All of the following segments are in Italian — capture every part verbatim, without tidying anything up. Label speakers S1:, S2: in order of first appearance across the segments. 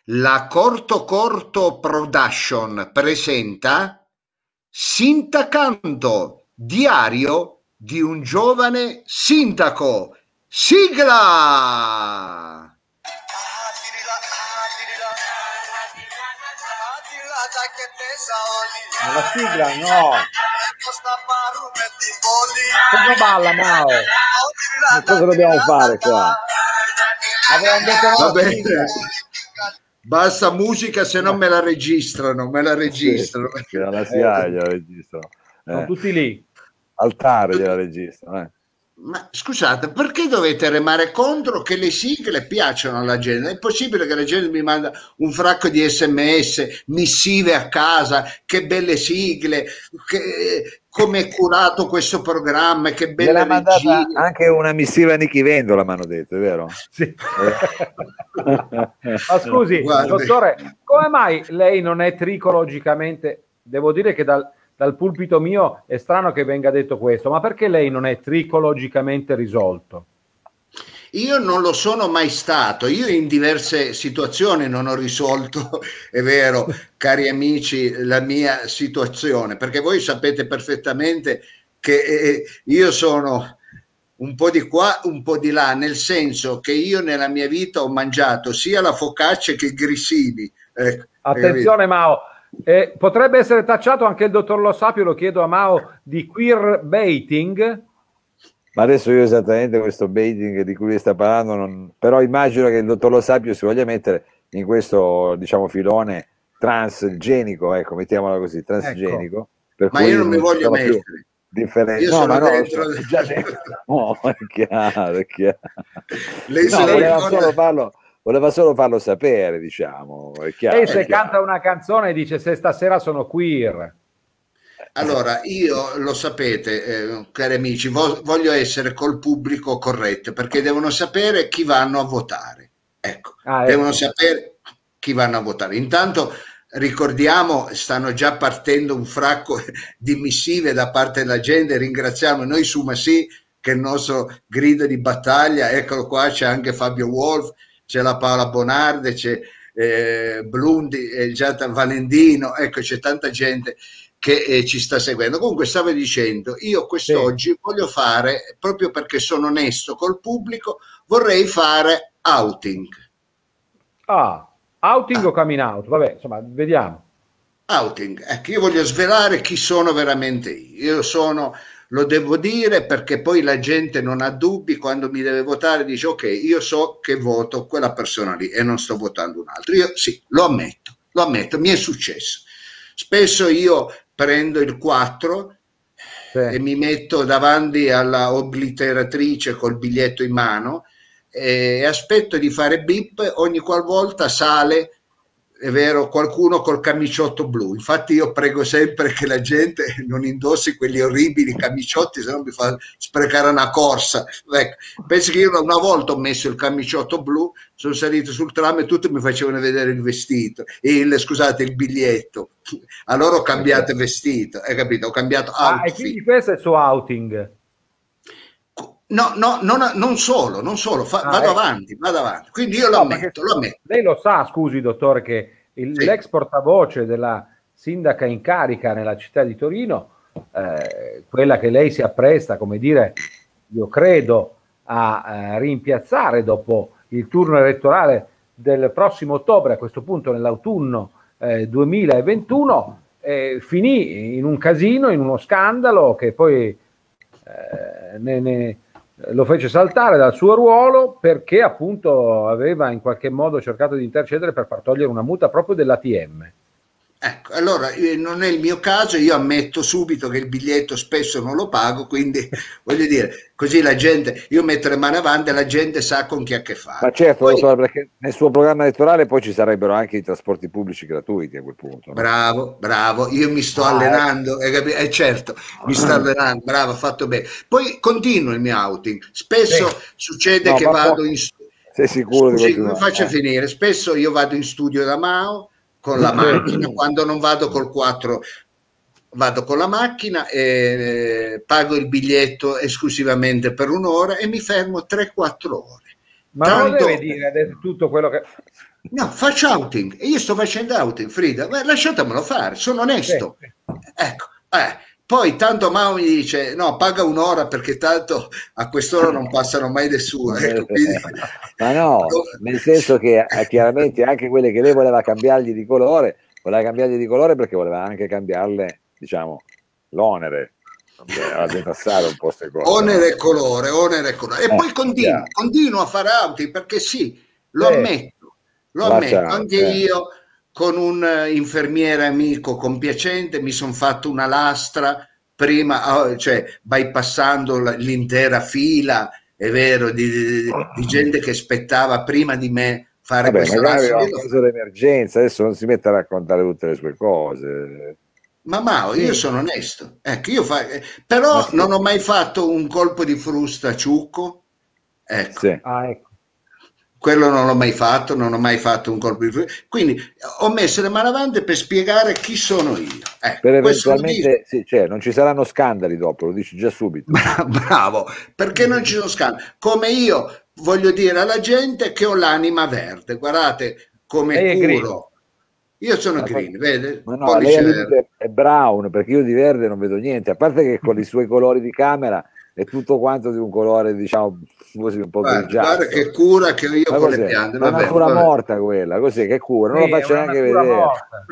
S1: La Corto Corto Production presenta Sindacanto, diario di un giovane sindaco. Sigla!
S2: Ma la sigla no. Cosa balla Mao? Ma cosa dobbiamo fare qua? Avevamo detto no
S1: Va
S2: la
S1: bene,
S2: sigla.
S1: basta musica, se no me la registrano, me la
S2: Sì,
S1: registrano.
S3: che alla S I
S2: Eh,
S3: A
S2: sì.
S3: gliela registrano.
S2: Sono
S3: Eh.
S2: tutti lì.
S3: Altare gliela registrano. Eh.
S1: Ma scusate, perché dovete remare contro che le sigle piacciono alla gente? È possibile che la gente mi manda un fracco di sms, missive a casa, che belle sigle, che, come è curato questo programma, che belle
S3: Gliel'ha mandata
S1: regie.
S3: anche una missiva a Nichi Vendola, mi hanno detto, è vero?
S2: Sì.
S3: Eh.
S2: Ma scusi,
S1: Guardi,
S2: dottore, come mai lei non è tricologicamente? Devo dire che dal, dal pulpito mio è strano che venga detto questo, ma perché lei non è tricologicamente risolto?
S1: io non lo sono mai stato, io in diverse situazioni non ho risolto, è vero, cari amici, la mia situazione, perché voi sapete perfettamente che eh, io sono un po' di qua, un po' di là, nel senso che io nella mia vita ho mangiato sia la focaccia che i grissini, ecco, hai capito?
S2: Attenzione Mao, eh, potrebbe essere tacciato anche il dottor Lo Sapio, lo chiedo a Mao, di queer baiting?
S3: Ma adesso io esattamente questo baiting di cui sta parlando, non... però immagino che il dottor Lo Sapio si voglia mettere in questo, diciamo, filone transgenico, ecco, mettiamola così,
S2: Ecco.
S3: transgenico, per
S1: Ma io
S3: cui
S1: non mi
S3: non ci
S1: voglio
S3: sono più
S1: mettere,
S3: differenze.
S1: io
S3: No, ma
S1: sono
S3: no, lo
S1: dentro.
S3: so, è già dentro. No, è chiaro, è chiaro.
S1: Lei se
S3: No,
S1: lo
S2: Lei,
S3: voleva
S1: ricorda?
S3: solo farlo, voleva solo farlo sapere, diciamo, è
S2: lei
S3: chiaro, è
S2: se
S3: chiaro.
S2: canta una canzone dice se stasera sono queer.
S1: Allora, io lo sapete, eh, cari amici, vo- voglio essere col pubblico corretto perché devono sapere chi vanno a votare. Ecco,
S2: Ah,
S1: devono
S2: ecco.
S1: sapere chi vanno a votare. Intanto ricordiamo, stanno già partendo un fracco di missive da parte della gente. Ringraziamo noi su Masì che è il nostro grido di battaglia. Eccolo qua, c'è anche Fabio Wolf, c'è la Paola Bonarde, c'è eh, Blundi, eh, Giata Valendino, ecco, c'è tanta gente che eh, ci sta seguendo. Comunque stavo dicendo, io
S2: Sì.
S1: quest'oggi voglio fare, proprio perché sono onesto col pubblico, vorrei fare outing.
S2: Ah, outing
S1: Ah,
S2: o coming out? Vabbè, insomma, vediamo.
S1: outing, ecco, io voglio svelare chi sono veramente io. Io sono, lo devo dire perché poi la gente non ha dubbi quando mi deve votare, dice ok, io so che voto quella persona lì e non sto votando un altro. Io sì, lo ammetto, lo ammetto, mi è successo. Spesso io prendo il quattro
S2: Sì.
S1: e mi metto davanti alla obliteratrice col biglietto in mano e aspetto di fare bip ogni qualvolta sale, è vero, qualcuno col camiciotto blu. Infatti io prego sempre che la gente non indossi quegli orribili camiciotti, se no mi fa sprecare una corsa. Ecco, penso che io una volta ho messo il camiciotto blu, sono salito sul tram e tutti mi facevano vedere il vestito, il, scusate, il biglietto. Allora ho cambiato
S3: Ok.
S1: vestito, hai capito? Ho cambiato
S2: Ah, e
S1: outfit.
S2: quindi questo è il suo outing.
S1: No, no, non, non solo, non solo, fa-
S2: Ah,
S1: vado
S2: ecco.
S1: avanti, vado avanti. Quindi io lo
S2: No, perché
S1: ammetto, lo ammetto.
S2: lei lo sa, scusi, dottore, che il-
S1: Sì.
S2: l'ex portavoce della sindaca in carica nella città di Torino, eh, quella che lei si appresta, come dire, io credo, a, eh, rimpiazzare dopo il turno elettorale del prossimo ottobre, a questo punto nell'autunno eh, duemilaventuno, eh, finì in un casino, in uno scandalo che poi eh, ne, ne- lo fece saltare dal suo ruolo perché appunto aveva in qualche modo cercato di intercedere per far togliere una multa proprio dell'A T M.
S1: Ecco, allora eh, non è il mio caso, io ammetto subito che il biglietto spesso non lo pago, quindi voglio dire, così la gente, io metto le mani avanti e la gente sa con chi ha a che
S3: Ma
S1: fare.
S3: certo,
S1: Poi,
S3: dottore, perché nel suo programma elettorale poi ci sarebbero anche i trasporti pubblici gratuiti a quel punto, no?
S1: bravo, bravo, io mi sto
S2: Ah, ecco.
S1: allenando, hai capito? Eh, certo, mi sto allenando, bravo, fatto bene. Poi continuo il mio outing,
S2: Sì.
S1: spesso succede
S3: No,
S1: che
S3: ma
S1: vado
S3: po-
S1: in...
S3: sei sicuro di
S1: Scusi, mi
S3: continuare?
S1: faccio
S3: Eh.
S1: finire, spesso io vado in studio da Mao con la macchina,
S2: Sì.
S1: quando non vado col quattro vado con la macchina e eh, pago il biglietto esclusivamente per un'ora e mi fermo tre quattro ore.
S2: Ma non lo deve
S1: Tanto
S2: dire adesso tutto quello che...
S1: No, faccio outing e io sto facendo outing, Frida, ma lasciatemelo fare, sono onesto.
S2: Sì.
S1: Ecco, eh. Poi tanto Mao mi dice no, paga un'ora perché tanto a quest'ora non passano mai nessuno. Ecco, quindi...
S3: Ma no, nel senso che eh, chiaramente anche quelle che lei voleva cambiargli di colore, voleva cambiargli di colore perché voleva anche cambiarle, diciamo, l'onere. Aveva da tassare un po' queste cose,
S1: onere
S3: no?
S1: e colore, onere e colore. E
S3: Eh,
S1: poi continuo,
S3: chiaro.
S1: continuo a fare outing perché sì, lo
S2: Sì.
S1: ammetto, lo ammetto,
S3: Lascia,
S1: anche
S3: eh.
S1: io con un eh, infermiere amico compiacente mi sono fatto una lastra prima, oh, cioè bypassando la- l'intera fila, è vero, di, di- di gente che aspettava prima di me fare
S3: Vabbè,
S1: questa
S3: magari
S1: lastra.
S3: aveva
S1: Io
S3: un
S1: l'ho
S3: caso
S1: fatto.
S3: d'emergenza, adesso non si mette a raccontare tutte le sue cose.
S1: Ma Mao, io
S2: Sì.
S1: sono onesto, ecco, io fa... eh,
S3: Ma
S1: però
S3: sì,
S1: non ho mai fatto un colpo di frusta a ciucco, ecco.
S3: sì.
S2: Ah, ecco.
S1: Quello non l'ho mai fatto, non ho mai fatto un colpo di frusta. Quindi ho messo le mani avanti per spiegare chi sono io.
S3: Per
S1: Ecco, questo lo dico.
S3: eventualmente, sì, cioè, non ci saranno scandali dopo, lo dici già subito.
S1: Bra- Bravo, perché non ci sono scandali. Come io voglio dire alla gente che ho l'anima verde, guardate come
S2: Lei è green.
S1: curo. Io sono
S3: Ma,
S1: green, vede?
S3: ma no, lei al
S1: Pollice verde.
S3: limite è brown, perché io di verde non vedo niente, a parte che con i suoi colori di camera è tutto quanto di un colore, diciamo, così un po'
S1: Guarda, guarda
S3: grigiastro.
S1: che cura che ho io
S3: Ma
S1: con le
S3: cos'è?
S1: piante.
S3: Una
S1: Va bene,
S3: natura
S1: va bene.
S3: morta quella, così che cura, non lo
S2: Sì, è
S3: faccio
S2: una
S3: neanche
S2: natura
S3: vedere.
S2: morta.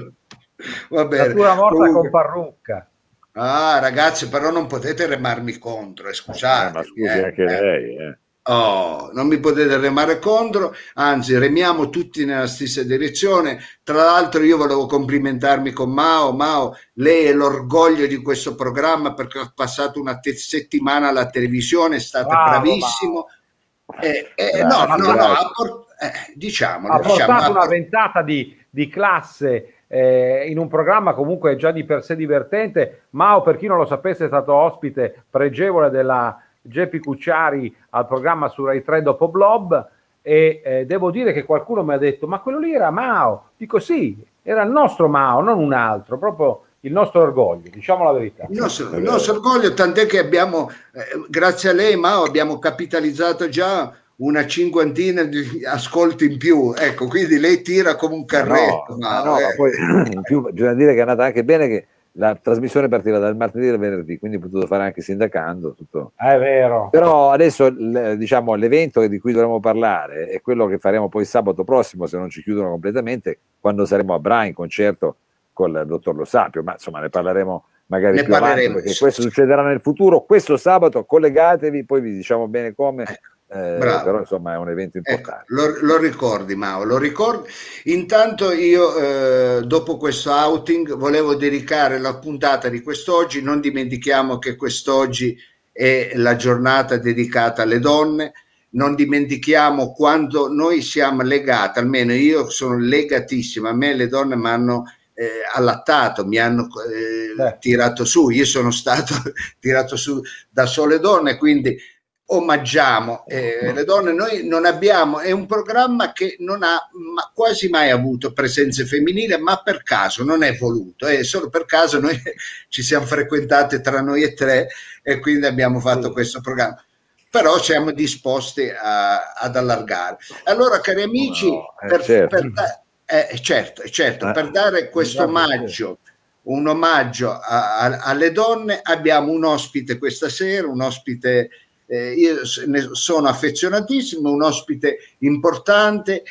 S1: Va bene.
S2: Natura morta con
S1: Comunque,
S2: parrucca.
S1: ah, ragazzi, però non potete remarmi contro, eh,
S3: Eh, ma
S1: scusatemi,
S3: scusi
S1: eh,
S3: anche
S1: eh.
S3: lei, eh.
S1: Oh, non mi potete remare contro, anzi, remiamo tutti nella stessa direzione. Tra l'altro, io volevo complimentarmi con Mao. Mao, lei è l'orgoglio di questo programma perché ho passato una te- settimana alla televisione, è stato
S2: Bravo,
S1: bravissimo.
S2: Mao.
S1: Eh, eh, no,
S2: Ha,
S3: Grazie,
S1: no, no, ha
S3: grazie.
S1: por- eh, diciamolo,
S2: ha
S1: diciamo,
S2: portato
S1: ha
S2: una
S1: por-
S2: ventata di, di classe eh, in un programma comunque già di per sé divertente. Mao, per chi non lo sapesse, è stato ospite pregevole della Geppi Cucciari al programma su Rai tre dopo Blob, e eh, devo dire che qualcuno mi ha detto ma quello lì era Mao. Dico sì, era il nostro Mao, non un altro, proprio il nostro orgoglio, diciamo la verità.
S1: il nostro,
S3: È
S1: il nostro
S3: vero.
S1: orgoglio, tant'è che abbiamo, eh, grazie a lei, Mao, abbiamo capitalizzato già una cinquantina di ascolti in più. Ecco, quindi lei tira come un
S3: Ma
S1: carretto,
S3: no, ma
S1: Mao.
S3: no, ma
S1: eh.
S3: poi in più bisogna dire che è andata anche bene che la trasmissione partiva dal martedì al venerdì, quindi ho potuto fare anche sindacando, tutto.
S2: È vero.
S3: Però adesso l- diciamo l'evento di cui dovremo parlare è quello che faremo poi sabato prossimo, se non ci chiudono completamente, quando saremo a Bra in concerto con il dottor Lo Sapio, ma insomma ne parleremo magari
S1: Ne
S3: più avanti
S1: parleremo.
S3: perché questo succederà nel futuro. Questo sabato collegatevi, poi vi diciamo bene come,
S1: Ecco,
S3: eh, però
S1: bravo.
S3: insomma è un evento
S1: Ecco,
S3: importante.
S1: lo, lo ricordi, Mao, lo ricordi? Intanto io, eh, dopo questo outing, volevo dedicare la puntata di quest'oggi. Non dimentichiamo che quest'oggi è la giornata dedicata alle donne. Non dimentichiamo quando noi siamo legati, almeno io sono legatissimo, a me le donne mi hanno eh, allattato, mi hanno eh,
S2: Beh,
S1: tirato su, io sono stato tirato su da sole donne, quindi omaggiamo eh, le donne. Noi non abbiamo, è un programma che non ha ma quasi mai avuto presenze femminili, ma per caso, non è voluto, è solo per caso noi ci siamo frequentate tra noi e tre e quindi abbiamo fatto
S2: sì.
S1: questo programma. Però siamo disposti a, ad allargare. Allora, cari
S3: Come
S1: amici,
S3: no? Eh,
S1: per,
S3: certo.
S1: per da- eh, certo, certo,
S3: Eh,
S1: per dare questo
S2: Grazie a te.
S1: omaggio, un omaggio a- a- alle donne, abbiamo un ospite questa sera, un ospite, eh, io ne sono affezionatissimo, un ospite importante,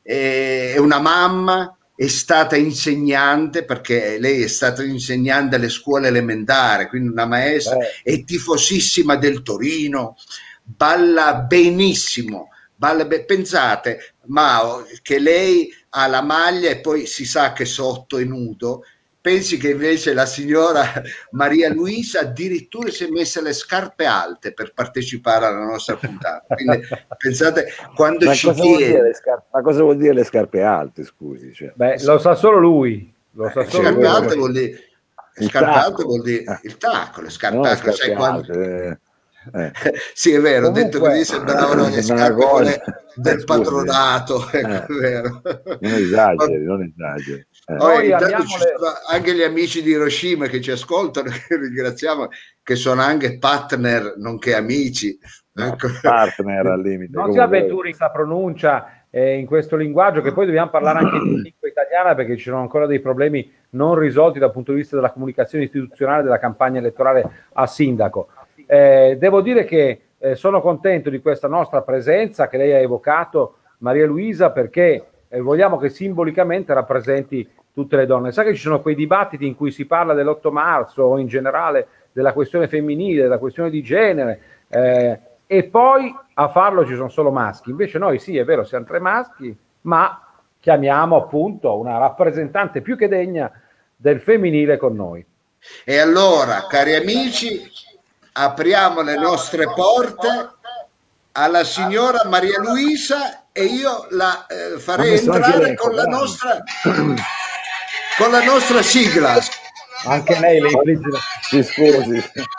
S1: eh, è una mamma, è stata insegnante perché lei è stata insegnante alle scuole elementari, quindi una maestra,
S2: Beh,
S1: è tifosissima del Torino, balla benissimo. Balla be- pensate, Mao, che lei ha la maglia e poi si sa che sotto è nudo. Pensi che invece la signora Maria Luisa addirittura si è messa le scarpe alte per partecipare alla nostra puntata. Quindi pensate quando
S3: ma
S1: ci
S3: cosa vuol dire le
S1: chiede
S3: scarpe, ma cosa vuol dire le scarpe alte, scusi? Cioè,
S2: beh, lo sa solo lui, lo sa
S1: eh,
S2: solo
S1: scarpe
S2: lui
S3: quello
S1: alte
S2: come...
S3: che-
S1: vuol dire
S3: il
S1: scarpe alte
S3: tacco,
S1: vuol dire
S3: eh,
S1: il tacco, le scarpe
S3: non le
S1: alte, sai
S3: scarpe
S1: quando
S3: alte. eh, eh.
S1: sì, è vero, detto così
S2: Comunque,
S1: sembravano le
S3: Sembra una
S1: scarpe
S3: cosa,
S1: quelle del
S3: scusi,
S1: patronato, ecco,
S3: eh,
S1: è vero.
S3: non esageri, non esageri. Eh.
S1: Oh, e
S2: noi
S1: intanto
S2: amiamo
S1: ci
S2: le...
S1: sono anche gli amici di Hiroshima che ci ascoltano, che ringraziamo, che sono anche partner, nonché amici.
S3: No,
S1: Ecco.
S3: partner al limite,
S2: Non si
S3: comunque.
S2: avventuri in questa pronuncia eh, in questo linguaggio, che poi dobbiamo parlare anche in lingua italiana, perché ci sono ancora dei problemi non risolti dal punto di vista della comunicazione istituzionale della campagna elettorale a sindaco. Eh, devo dire che eh, sono contento di questa nostra presenza che lei ha evocato, Maria Luisa, perché eh, vogliamo che simbolicamente rappresenti tutte le donne. Sa che ci sono quei dibattiti in cui si parla dell'otto marzo o in generale della questione femminile, della questione di genere, eh, e poi a farlo ci sono solo maschi. Invece noi sì, è vero, siamo tre maschi, ma chiamiamo appunto una rappresentante più che degna del femminile con noi.
S1: E allora, cari amici, apriamo le nostre porte alla signora Maria Luisa e io la eh, farei entrare con la nostra con la nostra sigla.
S2: Anche lei le infligge.
S3: Si scusi.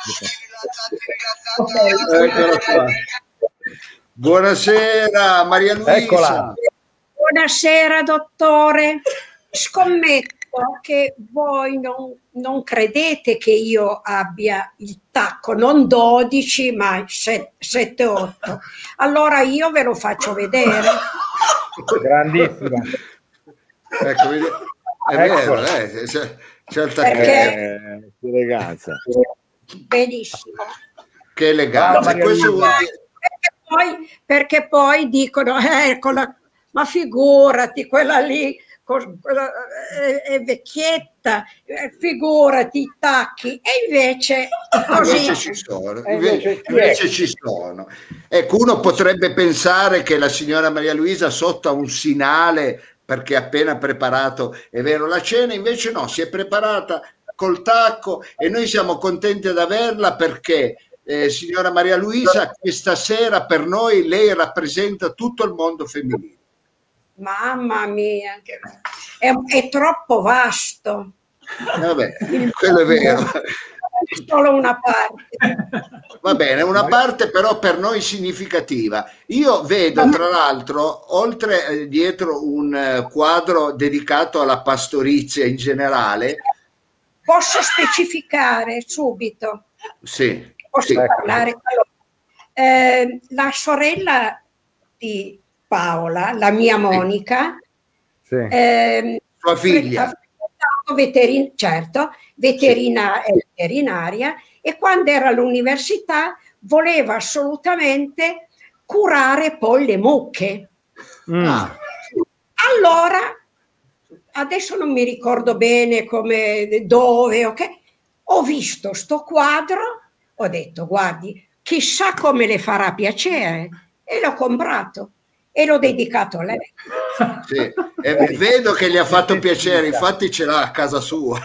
S1: Eccola qua. Buonasera Maria Luisa.
S2: Eccola.
S4: Buonasera dottore. Scommetto che voi non, non credete che io abbia il tacco, non dodici ma sette otto. Allora io ve lo faccio vedere.
S2: Grandissima.
S1: Ecco, è vero, eh, c'è, c'è il tacco.
S3: Che eleganza.
S4: Benissimo.
S1: Che eleganza.
S4: No,
S1: Questo vuol dire...
S4: perché, poi, perché poi dicono, eh, la, ma figurati, quella lì quella, è, è vecchietta, figurati i tacchi, e invece così.
S1: Invece ci sono, invece, invece ci sono. Ecco, uno potrebbe pensare che la signora Maria Luisa sotto ha un sinale perché ha appena preparato, è vero, la cena, invece no, si è preparata col tacco e noi siamo contenti ad averla perché, eh, signora Maria Luisa, questa sera per noi lei rappresenta tutto il mondo femminile.
S4: Mamma mia, è, è troppo vasto.
S1: Vabbè, quello è vero.
S4: Solo una parte.
S1: Va bene, una parte però per noi significativa. Io vedo tra l'altro, oltre eh, dietro un eh, quadro dedicato alla pastorizia in generale.
S4: Posso specificare subito?
S1: Sì.
S4: Posso
S1: sì.
S4: parlare? Allora, eh, la sorella di Paola, la mia Monica,
S2: sì.
S4: eh,
S1: sua figlia,
S4: veterin- certo, veterina- sì. veterinaria, e quando era all'università voleva assolutamente curare poi le mucche.
S2: Mm.
S4: Allora, adesso non mi ricordo bene come, dove, ok? Ho visto sto quadro, ho detto, guardi, chissà come le farà piacere, e l'ho comprato. E l'ho dedicato a lei.
S1: Sì, e vedo che gli ha fatto piacere, infatti ce l'ha a casa sua.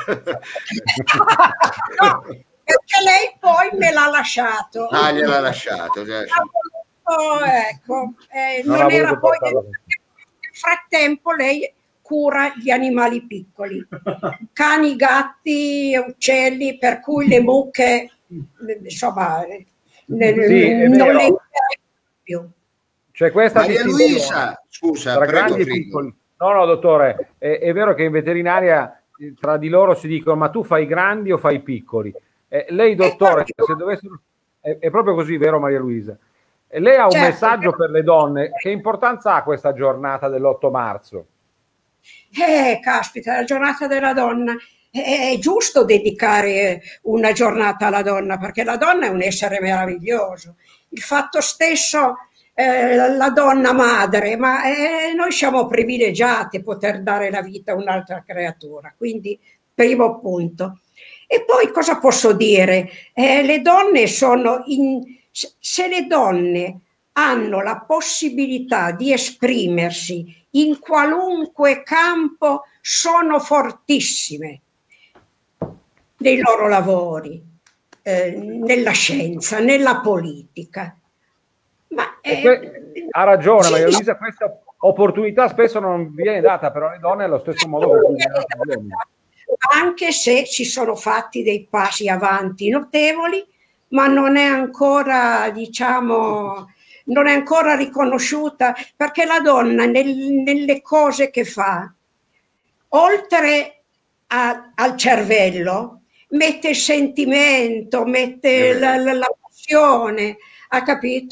S4: No, perché lei poi me l'ha lasciato.
S1: Ah, gliel'ha lasciato.
S4: Oh, ecco, eh, non, non era poi nel, nel frattempo lei cura gli animali piccoli, cani, gatti, uccelli, per cui le mucche, insomma,
S2: sì,
S4: non le più.
S2: C'è questa
S1: Maria Luisa, scusa,
S2: tra
S1: prego,
S2: grandi e piccoli. No, no, dottore, è, è vero che in veterinaria tra di loro si dicono, ma tu fai grandi o fai piccoli? Eh, lei, dottore, se dovessero... È, è proprio così, vero Maria Luisa? E lei ha un certo, messaggio per le donne. Che importanza ha questa giornata dell'otto marzo?
S4: Eh, caspita, la giornata della donna. È, è giusto dedicare una giornata alla donna, perché la donna è un essere meraviglioso. Il fatto stesso... Eh, la donna madre, ma eh, noi siamo privilegiati a poter dare la vita a un'altra creatura, quindi primo punto. E poi cosa posso dire? Eh, le donne sono, in, se le donne hanno la possibilità di esprimersi in qualunque campo, sono fortissime nei loro lavori, eh, nella scienza, nella politica. Ma, eh,
S2: que- ha ragione Maria Luisa, questa opportunità spesso non viene data però alle donne allo stesso modo che viene data agli uomini.
S4: Anche se si sono fatti dei passi avanti notevoli, ma non è ancora, diciamo, non è ancora riconosciuta, perché la donna nel, nelle cose che fa, oltre a, al cervello, mette il sentimento, mette la, la, la passione, ha capito?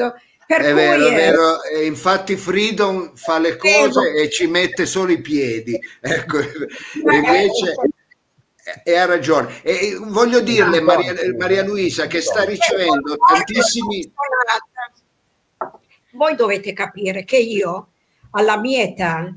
S4: Per
S1: È
S4: cui
S1: vero, è
S4: eh,
S1: vero. E infatti Freedom fa le cose e ci mette solo i piedi. Ecco, e invece e ha ragione. E voglio dirle, Maria, Maria Luisa, che sta ricevendo tantissimi.
S4: Voi dovete capire che io, alla mia età,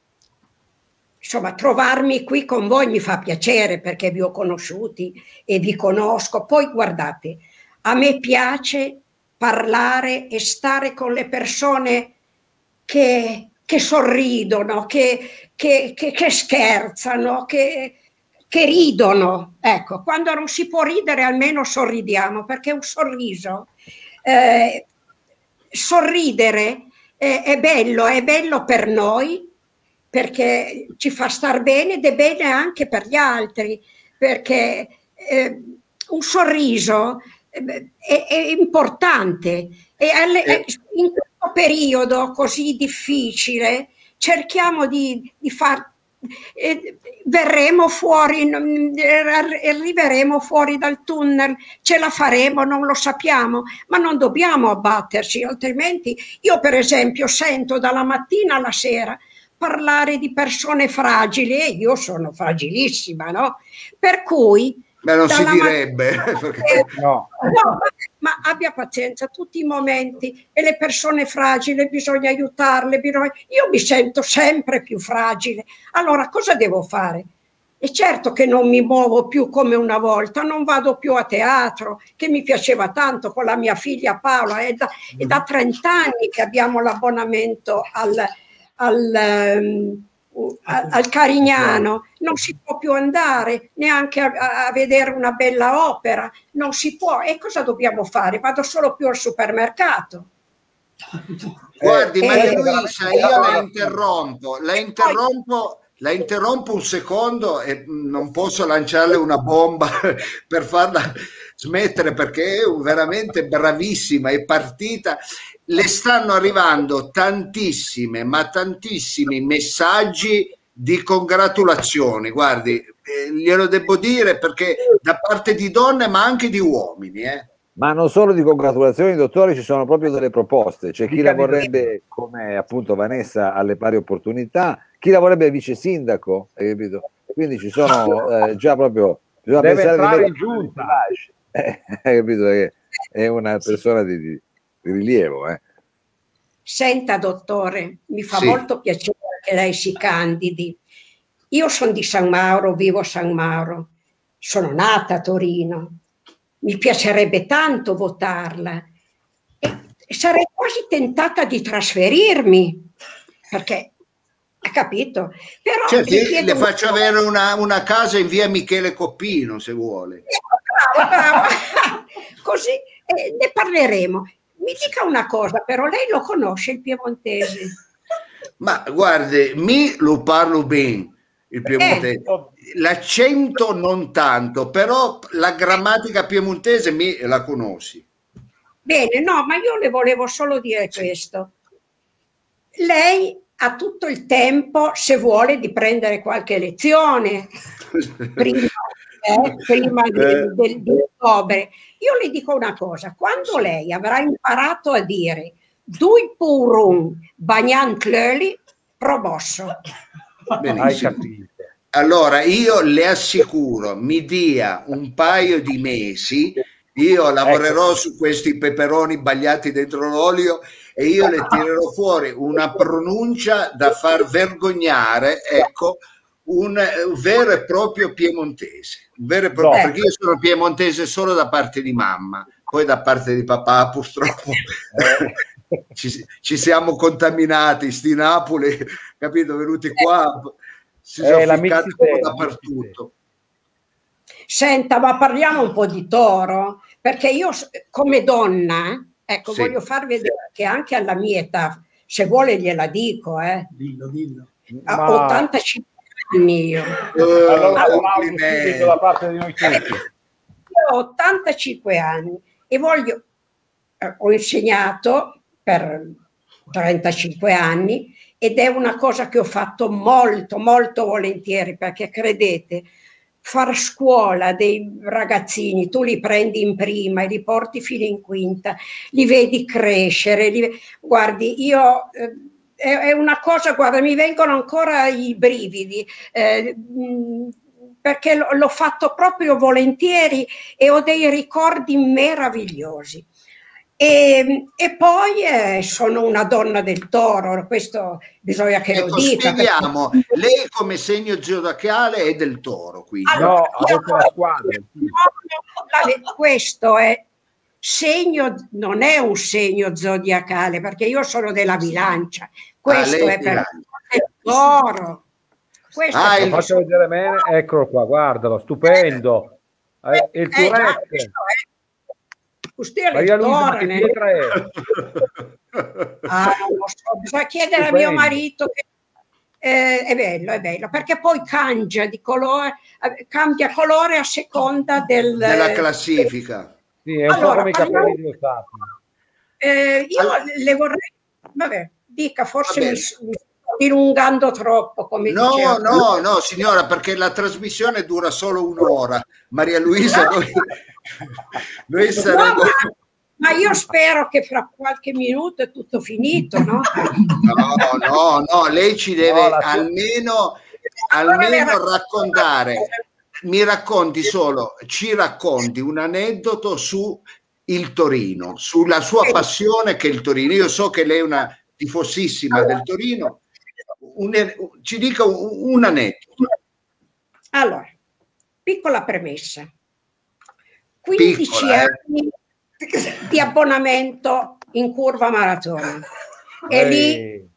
S4: insomma, trovarmi qui con voi mi fa piacere perché vi ho conosciuti e vi conosco. Poi guardate, a me piace parlare e stare con le persone che, che sorridono, che, che, che, che scherzano, che, che ridono. Ecco, quando non si può ridere almeno sorridiamo, perché un sorriso, eh, sorridere è, è bello, è bello per noi, perché ci fa star bene ed è bene anche per gli altri, perché eh, un sorriso eh, è, è importante e alle,
S1: Eh,
S4: in questo periodo così difficile cerchiamo di, di far eh, verremo fuori, arriveremo fuori dal tunnel, ce la faremo, non lo sappiamo, ma non dobbiamo abbatterci, altrimenti io per esempio sento dalla mattina alla sera parlare di persone fragili e io sono fragilissima, no? Per cui
S1: Beh, non si
S4: dalla
S1: direbbe.
S4: mattina,
S1: Perché...
S2: No.
S4: no, ma abbia pazienza, tutti i momenti e le persone fragili bisogna aiutarle, bisogna... io mi sento sempre più fragile, allora cosa devo fare? E certo che non mi muovo più come una volta, non vado più a teatro, che mi piaceva tanto con la mia figlia Paola, è da, è da trenta anni che abbiamo l'abbonamento al, al, um, al, al Carignano, non si può più andare neanche a, a vedere una bella opera, non si può. E cosa dobbiamo fare? Vado solo più al supermercato.
S1: Guardi,
S2: Eh,
S1: Maria
S2: eh,
S1: Luisa, io la interrompo, la interrompo, la interrompo un secondo e non posso lanciarle una bomba per farla smettere perché è veramente bravissima, è partita. Le stanno arrivando tantissime, ma tantissimi messaggi di congratulazioni. Guardi, eh, glielo devo dire perché da parte di donne, ma anche di uomini, eh.
S3: Ma non solo di congratulazioni, dottore, ci sono proprio delle proposte. C'è chi
S2: Di
S3: la vorrebbe come appunto Vanessa alle pari opportunità, chi la vorrebbe vice sindaco, hai capito? Quindi ci sono eh, già proprio bisogna
S2: Deve
S3: pensare
S2: entrare
S3: di
S2: in giunta.
S3: eh, hai capito? Che è una persona di, di, di rilievo, eh.
S4: Senta, dottore, mi fa
S1: Sì.
S4: molto piacere che lei si candidi. Io sono di San Mauro, vivo a San Mauro, sono nata a Torino. Mi piacerebbe tanto votarla e sarei quasi tentata di trasferirmi, perché, ha capito? Però
S1: Certo,
S4: le
S1: io
S4: chiedo...
S1: le faccio avere una, una casa in via Michele Coppino, se vuole.
S4: Bravo, bravo. Così eh, ne parleremo. Mi dica una cosa, però lei lo conosce il piemontese?
S1: Ma guardi, mi lo parlo bene il
S4: Eh,
S1: piemontese. L'accento non tanto, però la grammatica piemontese mi la conosci.
S4: bene, no, ma io le volevo solo dire
S1: Sì.
S4: questo. Lei ha tutto il tempo, se vuole, di prendere qualche lezione prima, eh, prima del,
S1: Eh,
S4: del, di ottobre. Io le dico una cosa, quando
S1: sì.
S4: lei avrà imparato a dire dui purun bagnan clöli, promosso.
S2: Hai
S1: Benissimo.
S2: capito.
S1: Allora, io le assicuro, mi dia un paio di mesi, io lavorerò
S2: Ecco.
S1: su questi peperoni bagliati dentro l'olio e io le tirerò fuori una pronuncia da far vergognare, ecco, un vero e proprio piemontese, un vero e proprio,
S2: No.
S1: perché io sono piemontese solo da parte di mamma, poi da parte di papà purtroppo
S2: Eh.
S1: ci, ci siamo contaminati, sti Napoli, capito, venuti qua, si sono
S2: Eh, la
S1: ficcati un po'
S2: mixitera,
S1: dappertutto.
S4: Senta, ma parliamo un po' di Toro, perché io come donna, ecco,
S1: Sì.
S4: voglio far vedere che anche alla mia età, se vuole gliela dico, eh,
S5: Dillo, dillo.
S4: a
S2: Ma
S4: ottantacinque anni io.
S1: Eh,
S2: allora applausi
S1: complimenti.
S2: subito da parte di noi tutti.
S4: Io ho ottantacinque anni e voglio, eh, ho insegnato per trentacinque anni ed è una cosa che ho fatto molto, molto volentieri, perché credete, far scuola dei ragazzini, tu li prendi in prima e li porti fino in quinta, li vedi crescere, li... guardi, io... Eh, è una cosa, guarda, mi vengono ancora i brividi, eh, mh, perché l- l'ho fatto proprio volentieri e ho dei ricordi meravigliosi. E, e poi eh, sono una donna del toro, questo bisogna che lo
S1: Ecco,
S4: dica.
S1: spieghiamo,
S4: perché...
S1: lei come segno zodiacale è del toro, quindi.
S4: Allora,
S2: No,
S4: io
S2: avete la squadra.
S4: no, no, questo è segno, non è un segno zodiacale, perché io sono della bilancia, questo
S1: Ah, lei
S4: è per
S1: bilancia.
S4: il toro. Questo
S1: Ah,
S4: è
S2: Lo
S1: il...
S4: per
S2: faccio vedere bene, eccolo qua, guardalo, stupendo. Eh, il
S4: eh,
S2: tuo
S4: già,
S2: rec.
S4: questo è, questo è
S2: Maria
S4: il
S2: Luisa, ma
S4: toro.
S2: che
S4: ne-
S2: pietra è?
S4: Ah, non lo so, bisogna chiedere a mio
S2: Stupendo.
S4: marito che eh, è bello, è bello, perché poi cambia di colore, eh, cambia colore a seconda del...
S1: della
S4: del-
S1: classifica.
S2: Sì, è un po'
S4: Allora,
S2: come i
S4: parliamo,
S2: capelli di Osato.
S4: eh, io
S1: All-
S4: le vorrei, vabbè, dica,
S1: Va
S4: forse mi,
S1: bene.
S4: s- mi sto dilungando troppo, come
S1: No,
S4: diceva prima.
S1: no, no, signora, perché la trasmissione dura solo un'ora. Maria Luisa, noi, noi
S4: No,
S1: saremo...
S4: ma, ma io spero che fra qualche minuto è tutto finito, no?
S1: No, no, no, lei ci
S2: No,
S1: deve
S2: la sua...
S1: almeno,
S4: Allora le
S1: almeno
S4: racconto una
S1: raccontare,
S4: cosa.
S1: mi racconti solo, ci racconti un aneddoto su il Torino, sulla sua passione che è il Torino. Io so che lei è una tifosissima del Torino, un, ci dica un, un aneddoto.
S4: Allora, piccola premessa. quindici
S1: Piccola, eh?
S4: anni di abbonamento in curva maratona. E lì
S2: Ehi,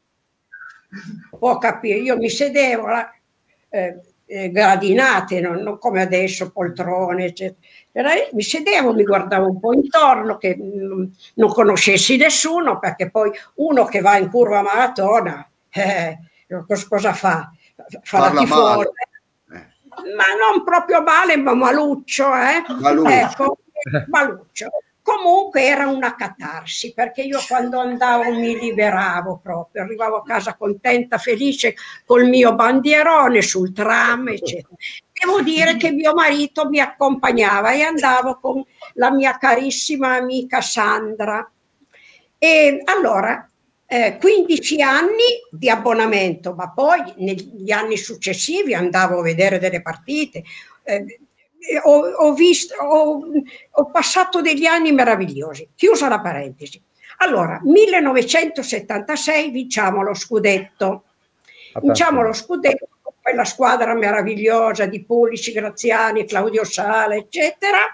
S4: può capire, io mi sedevo, là, eh, eh, gradinate, non, non come adesso, poltrone, eccetera. Era lì, mi sedevo, mi guardavo un po' intorno, che non, non conoscessi nessuno, perché poi uno che va in curva maratona, eh, cos- cosa fa? Fa la
S1: Parla
S4: tifosa,
S1: male. Eh.
S4: ma non proprio male, ma maluccio, eh?
S1: Maluccio.
S4: Ecco, maluccio. Comunque era una catarsi, perché io quando andavo mi liberavo proprio, arrivavo a casa contenta, felice, col mio bandierone sul tram, eccetera. Devo dire che mio marito mi accompagnava e andavo con la mia carissima amica Sandra. E allora, eh, quindici anni di abbonamento, ma poi negli anni successivi andavo a vedere delle partite. Eh, ho, ho, visto, ho, ho passato degli anni meravigliosi. Chiusa la parentesi. Allora, millenovecentosettantasei vinciamo lo scudetto. Vinciamo lo scudetto con quella squadra meravigliosa di Pulici, Graziani, Claudio Sala, eccetera.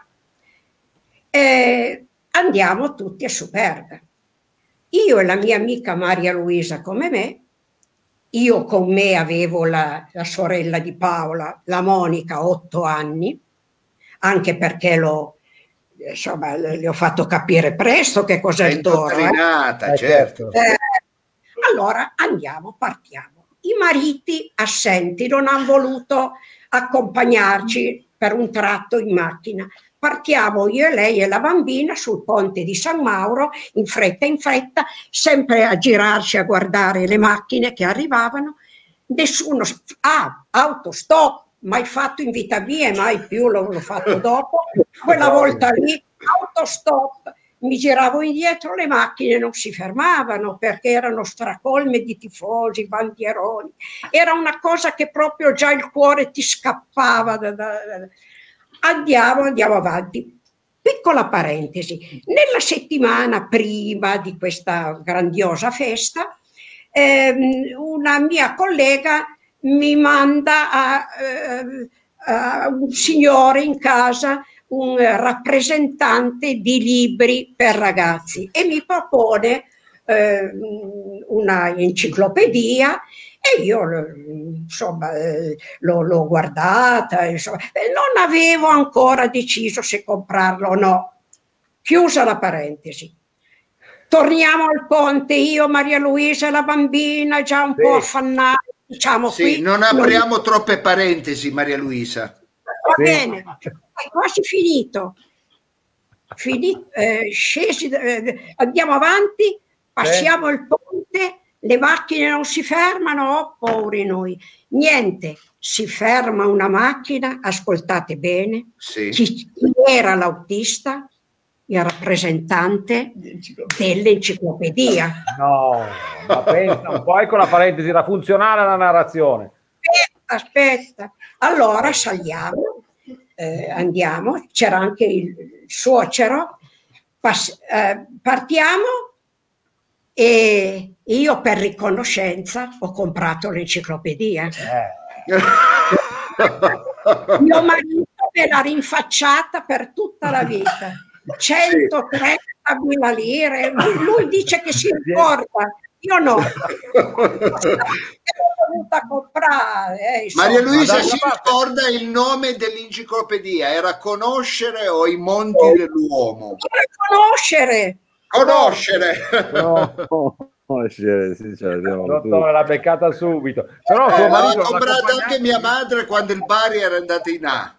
S4: Eh, andiamo tutti a Superga. Io e la mia amica Maria Luisa come me, io con me avevo la, la sorella di Paola, la Monica, otto anni, anche perché l'ho, insomma, le ho fatto capire presto che cos'è
S1: È
S4: il toro.
S1: indottrinata,
S2: eh,
S1: certo.
S2: certo.
S4: Eh, allora andiamo, partiamo. I mariti assenti non hanno voluto accompagnarci per un tratto in macchina. Partiamo io e lei e la bambina sul ponte di San Mauro, in fretta in fretta, sempre a girarci a guardare le macchine che arrivavano. Nessuno, ah, autostop, mai fatto in vita mia e mai più l'ho, l'ho fatto dopo. Quella volta lì, autostop, mi giravo indietro, le macchine non si fermavano perché erano stracolme di tifosi, bandieroni. Era una cosa che proprio già il cuore ti scappava. Da, da, da. Andiamo, andiamo avanti. Piccola parentesi, nella settimana prima di questa grandiosa festa, ehm, una mia collega mi manda a, eh, a un signore in casa, un rappresentante di libri per ragazzi, e mi propone eh, una enciclopedia e io insomma eh, l'ho, l'ho guardata, insomma, non avevo ancora deciso se comprarlo o no. Chiusa la parentesi. Torniamo al ponte, io, Maria Luisa e la bambina, già un
S2: Sì.
S4: po' affannata, diciamo
S1: Sì,
S4: qui.
S1: non apriamo non... troppe parentesi, Maria Luisa.
S4: Va sì. Bene, è quasi finito. Finito, eh, scesi, eh, andiamo avanti, passiamo sì. il ponte, le macchine non si fermano, oh, poveri noi. Niente, si ferma una macchina, ascoltate bene,
S1: Sì.
S4: chi, chi era l'autista? Il rappresentante dell'enciclopedia.
S2: No, ma pensa un po', ecco la parentesi, era funzionale la narrazione.
S4: Aspetta, aspetta. Allora saliamo, eh, andiamo, c'era anche il suocero, pass- eh, partiamo e io per riconoscenza ho comprato l'enciclopedia.
S2: Eh.
S4: Mio marito me l'ha rinfacciata per tutta la vita. centotrentamila lire, lui, lui dice che si ricorda, io no. L'ho dovuta comprare. Eh,
S1: Maria Luisa si
S2: parte...
S1: ricorda il nome dell'enciclopedia? Era Conoscere o I Monti dell'Uomo?
S4: Conoscere.
S1: Conoscere.
S3: No. Oh, sì, sì, cioè,
S2: dottore l'ha beccata subito, però
S1: eh,
S2: suo marito
S1: l'ha comprata anche mia madre quando il Bari era andato in A.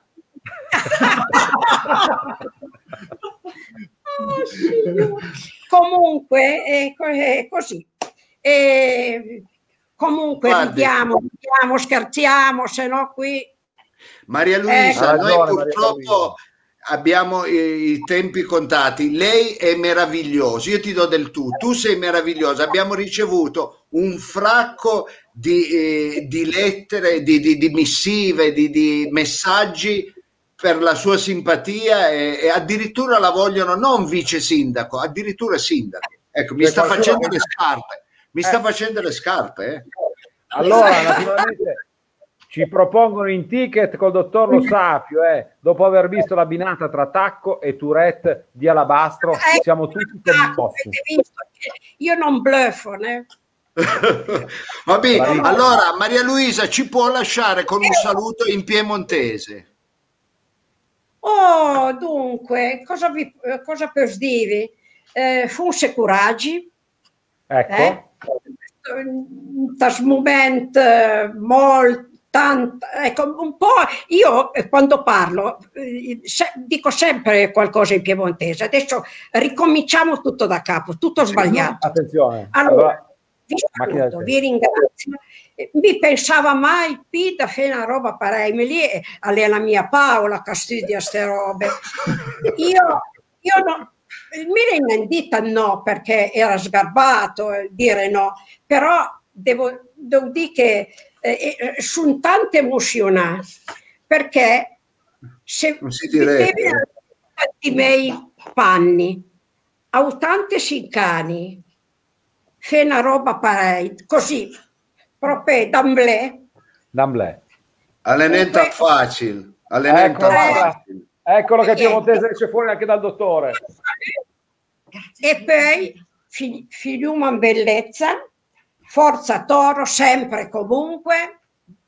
S4: Oh, comunque è, è così. E, comunque
S1: Guardi,
S4: ridiamo, ridiamo, scherziamo, se no qui.
S1: Maria Luisa,
S4: eh,
S1: noi
S2: ragione,
S1: purtroppo abbiamo i, i tempi contati. Lei è meravigliosa, io ti do del tu, tu sei meravigliosa. Abbiamo ricevuto un fracco di, eh, di lettere, di, di, di missive, di, di messaggi per la sua simpatia e, e addirittura la vogliono non vice sindaco, addirittura sindaco. Ecco, mi sta facendo le scarpe, mi sta facendo le scarpe. Eh.
S2: Allora, naturalmente ci propongono in ticket col dottor Lo Sapio, eh, dopo aver visto l'abbinata tra Tacco e Tourette di Alabastro,
S4: eh,
S2: siamo tutti commossi.
S4: Io non bluffo, né?
S1: Vabbè, allora Maria Luisa ci può lasciare con un saluto in piemontese.
S4: Oh, dunque, cosa, vi, cosa per dirvi? Eh, forse coraggi.
S2: Ecco.
S4: Eh? In questo momento molto, tanto, ecco, un po', io quando parlo se, dico sempre qualcosa in piemontese, adesso ricominciamo tutto da capo, tutto sbagliato.
S2: Attenzione.
S4: Allora, vi saluto, vi ringrazio. Mi pensava mai più da fare una roba pareil, lì è la mia Paola che studia ste robe. Io, io non, mi rendita no, perché era sgarbato dire no, però devo, devo dire che eh, eh, sono tante emozionate, perché se mettevi i miei panni, ho tante sincani, fai una roba pareil, così, proprio d'amblè.
S2: D'amblè.
S1: Allenenta facile. Allenenta facile.
S2: Eccolo che piemontese esce fuori anche dal dottore.
S4: E poi figliuma in bellezza, forza Toro, sempre e comunque.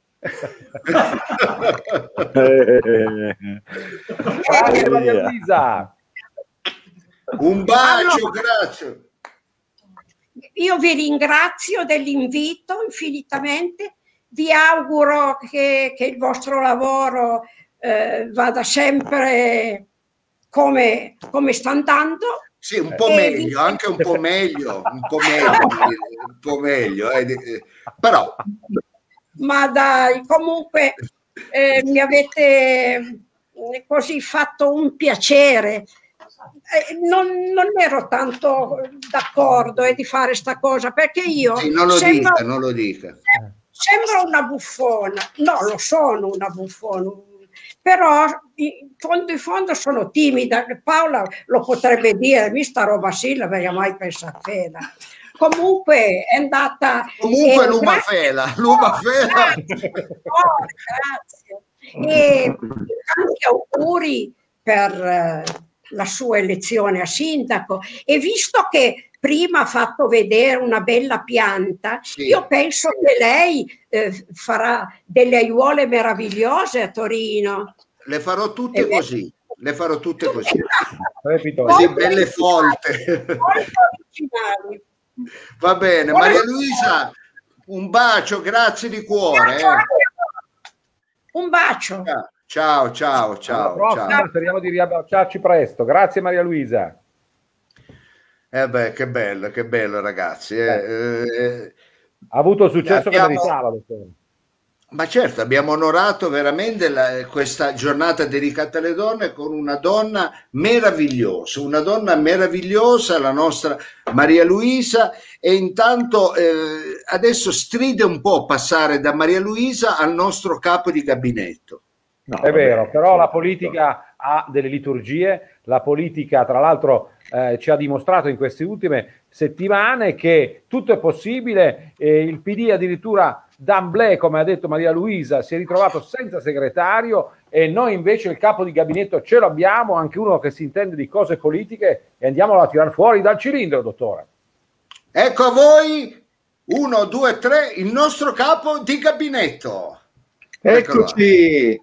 S2: Grazie Maria Luisa.
S1: Un bacio, allora, grazie.
S4: Io vi ringrazio dell'invito infinitamente, vi auguro che, che il vostro lavoro eh, vada sempre come, come sta andando.
S1: Sì, un po' meglio, vi... anche un po' meglio, un po' meglio, un po' meglio, eh, però.
S4: Ma dai, comunque eh, mi avete così fatto un piacere. Eh, non, non ero tanto d'accordo eh, di fare sta cosa, perché io
S1: sì, non lo
S4: sembra,
S1: dica, non lo dica.
S4: Sembra una buffona, no, lo sono una buffona, però in fondo in fondo sono timida. Paola lo potrebbe dire, mi sta roba sì, l'avrei mai pensato fela. Comunque è andata
S1: comunque
S4: eh,
S1: l'umafela l'umafela
S4: grazie, oh, grazie. E anche auguri per eh, la sua elezione a sindaco, e visto che prima ha fatto vedere una bella pianta, sì. Io penso che lei eh, farà delle aiuole meravigliose a Torino.
S1: Le farò tutte e così, le farò tutte così,
S2: Repito,
S1: così belle folte.
S4: Molto originali.
S1: Va bene, Maria Luisa, un bacio, grazie di cuore. Eh.
S4: Un bacio.
S1: Ciao, ciao, ciao.
S2: Alla prossima,
S1: ciao.
S2: speriamo di riabbracciarci presto. Grazie Maria Luisa.
S1: Eh beh, che bello, che bello ragazzi. Eh, eh,
S2: ha avuto il successo
S1: abbiamo,
S2: che meritava, dottore.
S1: ma certo, abbiamo onorato veramente la- questa giornata dedicata alle donne con una donna meravigliosa, una donna meravigliosa, la nostra Maria Luisa, e intanto eh, adesso stride un po' passare da Maria Luisa al nostro capo di gabinetto.
S2: No, è vabbè, vero, però
S3: certo,
S2: la politica ha delle liturgie, la politica tra l'altro eh, ci ha dimostrato in queste ultime settimane che tutto è possibile, eh, il P D addirittura d'amblè, come ha detto Maria Luisa, si è ritrovato senza segretario e noi invece il capo di gabinetto ce l'abbiamo, anche uno che si intende di cose politiche, e andiamolo a tirar fuori dal cilindro, dottore.
S1: Ecco a voi, uno, due, tre, il nostro capo di gabinetto.
S5: Eccoci!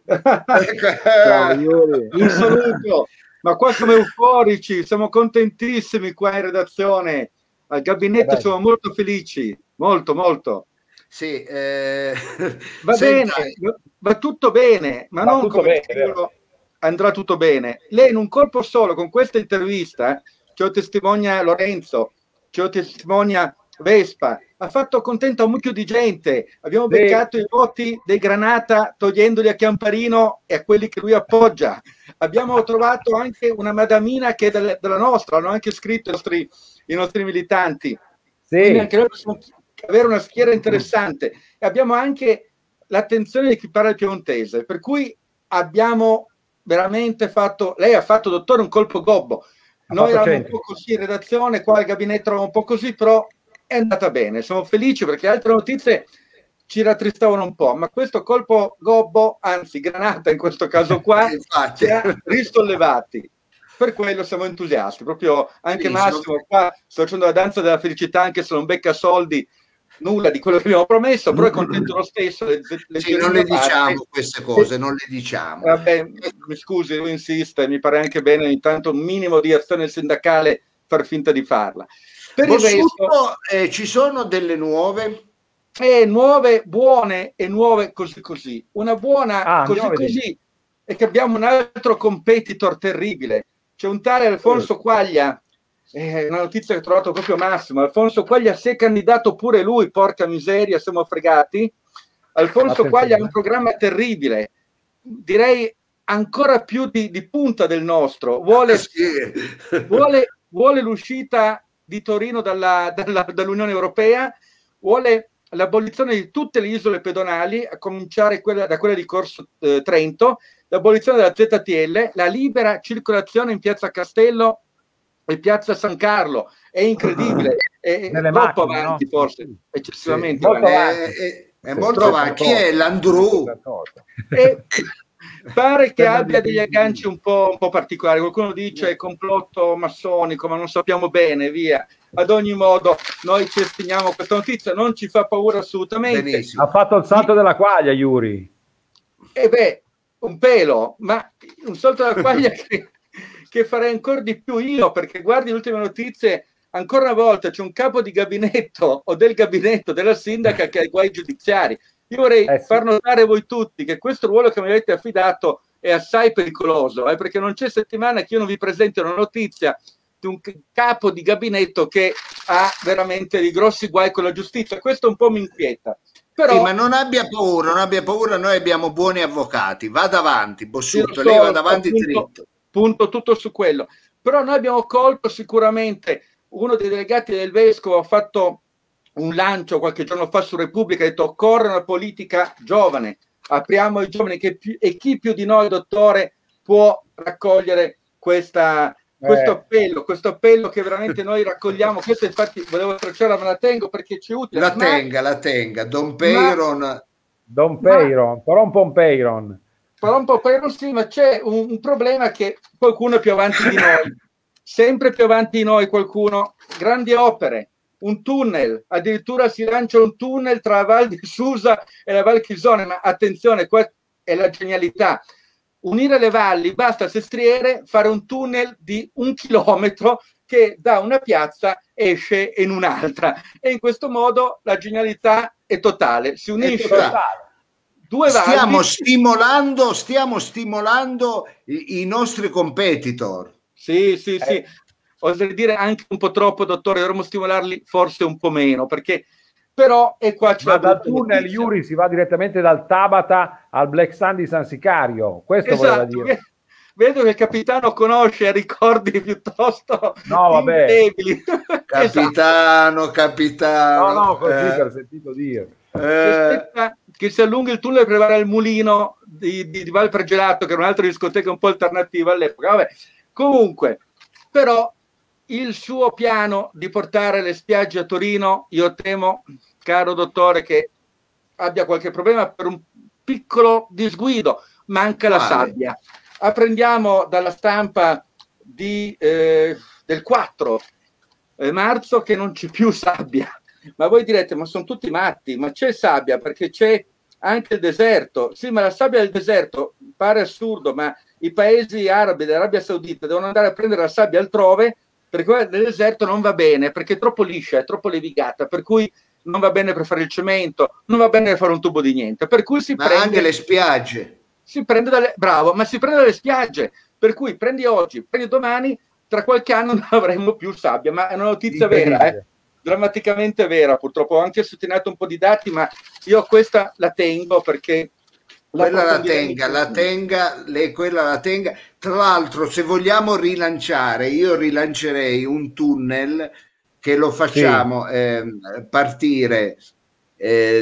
S3: Ciao Iuri.
S5: Un saluto! Ma qua siamo euforici, siamo contentissimi qua in redazione. Al gabinetto siamo molto felici, molto, molto.
S1: Sì, eh,
S5: va
S1: senta,
S5: bene, va, va tutto bene, ma
S2: va
S5: non
S2: tutto
S5: come
S2: bene,
S5: singolo, andrà tutto bene. Lei in un colpo solo, con questa intervista, ce lo testimonia Lorenzo, ce lo testimonia Vespa, ha fatto contento a un mucchio di gente. Abbiamo
S2: sì.
S5: beccato i voti dei Granata togliendoli a Chiamparino e a quelli che lui appoggia. Abbiamo trovato anche una madamina che è della, della nostra, hanno anche scritto i nostri, i nostri militanti.
S2: Sì.
S5: Quindi anche noi possiamo avere una schiera interessante. E abbiamo anche l'attenzione di chi parla il piemontese, per cui abbiamo veramente fatto, lei ha fatto, dottore, un colpo gobbo. Noi eravamo un po' così in redazione, qua al gabinetto eravamo un po' così, però è andata bene, siamo felici perché altre notizie ci rattristavano un po', ma questo colpo gobbo, anzi Granata in questo caso qua, ci ha risollevati. Per quello siamo entusiasti, proprio anche Massimo qua sto facendo la danza della felicità, anche se non becca soldi, nulla di quello che abbiamo promesso, però è contento lo stesso. Le, le
S1: sì, non le diciamo queste cose, non le diciamo.
S5: Vabbè, mi scusi, lui insiste, mi pare anche bene ogni tanto un minimo di azione sindacale far finta di farla. Per
S1: Bossuto,
S5: il resto,
S1: eh, ci sono delle nuove?
S5: Eh, nuove, buone e nuove così così. Una buona
S2: ah,
S5: così così è che abbiamo un altro competitor terribile. C'è un tale Alfonso Quaglia, eh, una notizia che ho trovato proprio Massimo. Alfonso Quaglia si è candidato pure lui, porca miseria, siamo fregati. Alfonso Attenzione. Quaglia ha un programma terribile, direi ancora più di, di punta del nostro. Vuole, sì. vuole, vuole l'uscita di Torino dalla, dalla, dall'Unione Europea, vuole l'abolizione di tutte le isole pedonali, a cominciare quella, da quella di Corso eh, Trento, l'abolizione della Z T L, la libera circolazione in Piazza Castello e Piazza San Carlo. È incredibile, è, è troppo macchine, avanti, no? Forse, eccessivamente
S1: sì,
S5: avanti.
S1: È, è, è sì, molto avanti. Chi è l'Andrew?
S5: E pare che abbia degli agganci un po', un po' particolari. Qualcuno dice complotto massonico, ma non sappiamo bene, via. Ad ogni modo, noi ci estiniamo questa notizia, non ci fa paura assolutamente.
S2: Benissimo. Ha fatto il salto della quaglia, Iuri.
S5: E beh, un pelo, ma un salto della quaglia che, che farei ancora di più io, perché guardi le ultime notizie, ancora una volta c'è un capo di gabinetto o del gabinetto della sindaca che ha i guai giudiziari. Io vorrei eh sì. far notare a voi tutti che questo ruolo che mi avete affidato è assai pericoloso, eh, perché non c'è settimana che io non vi presenti una notizia di un capo di gabinetto che ha veramente dei grossi guai con la giustizia. Questo un po' mi inquieta. Però,
S1: sì, ma non abbia paura, non abbia paura, noi abbiamo buoni avvocati. Vada avanti, Bossuto,
S5: so,
S1: lei vada avanti
S5: punto,
S1: dritto.
S5: Punto tutto su quello. Però noi abbiamo colto sicuramente, uno dei delegati del Vescovo ha fatto un lancio qualche giorno fa su Repubblica, ha detto occorre una politica giovane, apriamo ai giovani, che più, e chi più di noi, dottore, può raccogliere questa, eh. questo appello, questo appello che veramente noi raccogliamo. Questo infatti volevo tracciarla, me la tengo perché ci è utile.
S1: La
S5: ma,
S1: tenga, la tenga, Don Peyron.
S2: Ma, Don Peyron, però un po' Peyron.
S5: Però un po' Peyron sì, ma c'è un, un problema che qualcuno è più avanti di noi, sempre più avanti di noi qualcuno, grandi opere. Un tunnel, addirittura si lancia un tunnel tra la Val di Susa e la Val Chisone, ma attenzione, qua è la genialità. Unire le valli, basta Sestriere, fare un tunnel di un chilometro che da una piazza esce in un'altra. E in questo modo la genialità è totale. Si unisce due valli.
S1: Stiamo stimolando, stiamo stimolando i, i nostri competitor.
S5: Sì, sì, sì. oserei dire anche un po' troppo, dottore, dovremmo stimolarli forse un po' meno, perché però e qua c'è
S2: ma dal tunnel Iuri si va direttamente dal Tabata al Black Sun di San Sicario, questo
S5: esatto,
S2: voleva dire.
S5: Vedo che il capitano conosce ricordi piuttosto
S2: no, vabbè.
S5: indebili.
S1: Capitano,
S5: esatto.
S1: capitano.
S2: No, no, così
S1: eh,
S2: per sentito dire.
S5: Si aspetta che si allunghi il tunnel per arrivare al mulino di, di, di Valfregelato, che era un'altra discoteca un po' alternativa all'epoca. Vabbè. Comunque, però, il suo piano di portare le spiagge a Torino, io temo, caro dottore, che abbia qualche problema per un piccolo disguido. Manca la sabbia. Apprendiamo dalla stampa di, eh, del quattro marzo che non c'è più sabbia. Ma voi direte, ma sono tutti matti, ma c'è sabbia perché c'è anche il deserto. Sì, ma la sabbia del deserto pare assurdo, ma i paesi arabi dell'Arabia Saudita devono andare a prendere la sabbia altrove perché quella del deserto non va bene, perché è troppo liscia, è troppo levigata, per cui non va bene per fare il cemento, non va bene per fare un tubo di niente. Per cui si
S1: ma
S5: prende
S1: anche le spiagge.
S5: Si prende dalle, bravo, ma si prende dalle spiagge, per cui prendi oggi, prendi domani, tra qualche anno non avremo più sabbia, ma è una notizia vera, eh? Drammaticamente vera, purtroppo ho anche sottolineato un po' di dati, ma io questa la tengo perché
S1: quella la tenga, la tenga, lei quella la tenga. Tra l'altro, se vogliamo rilanciare, io rilancerei un tunnel che lo facciamo sì. eh, partire Eh,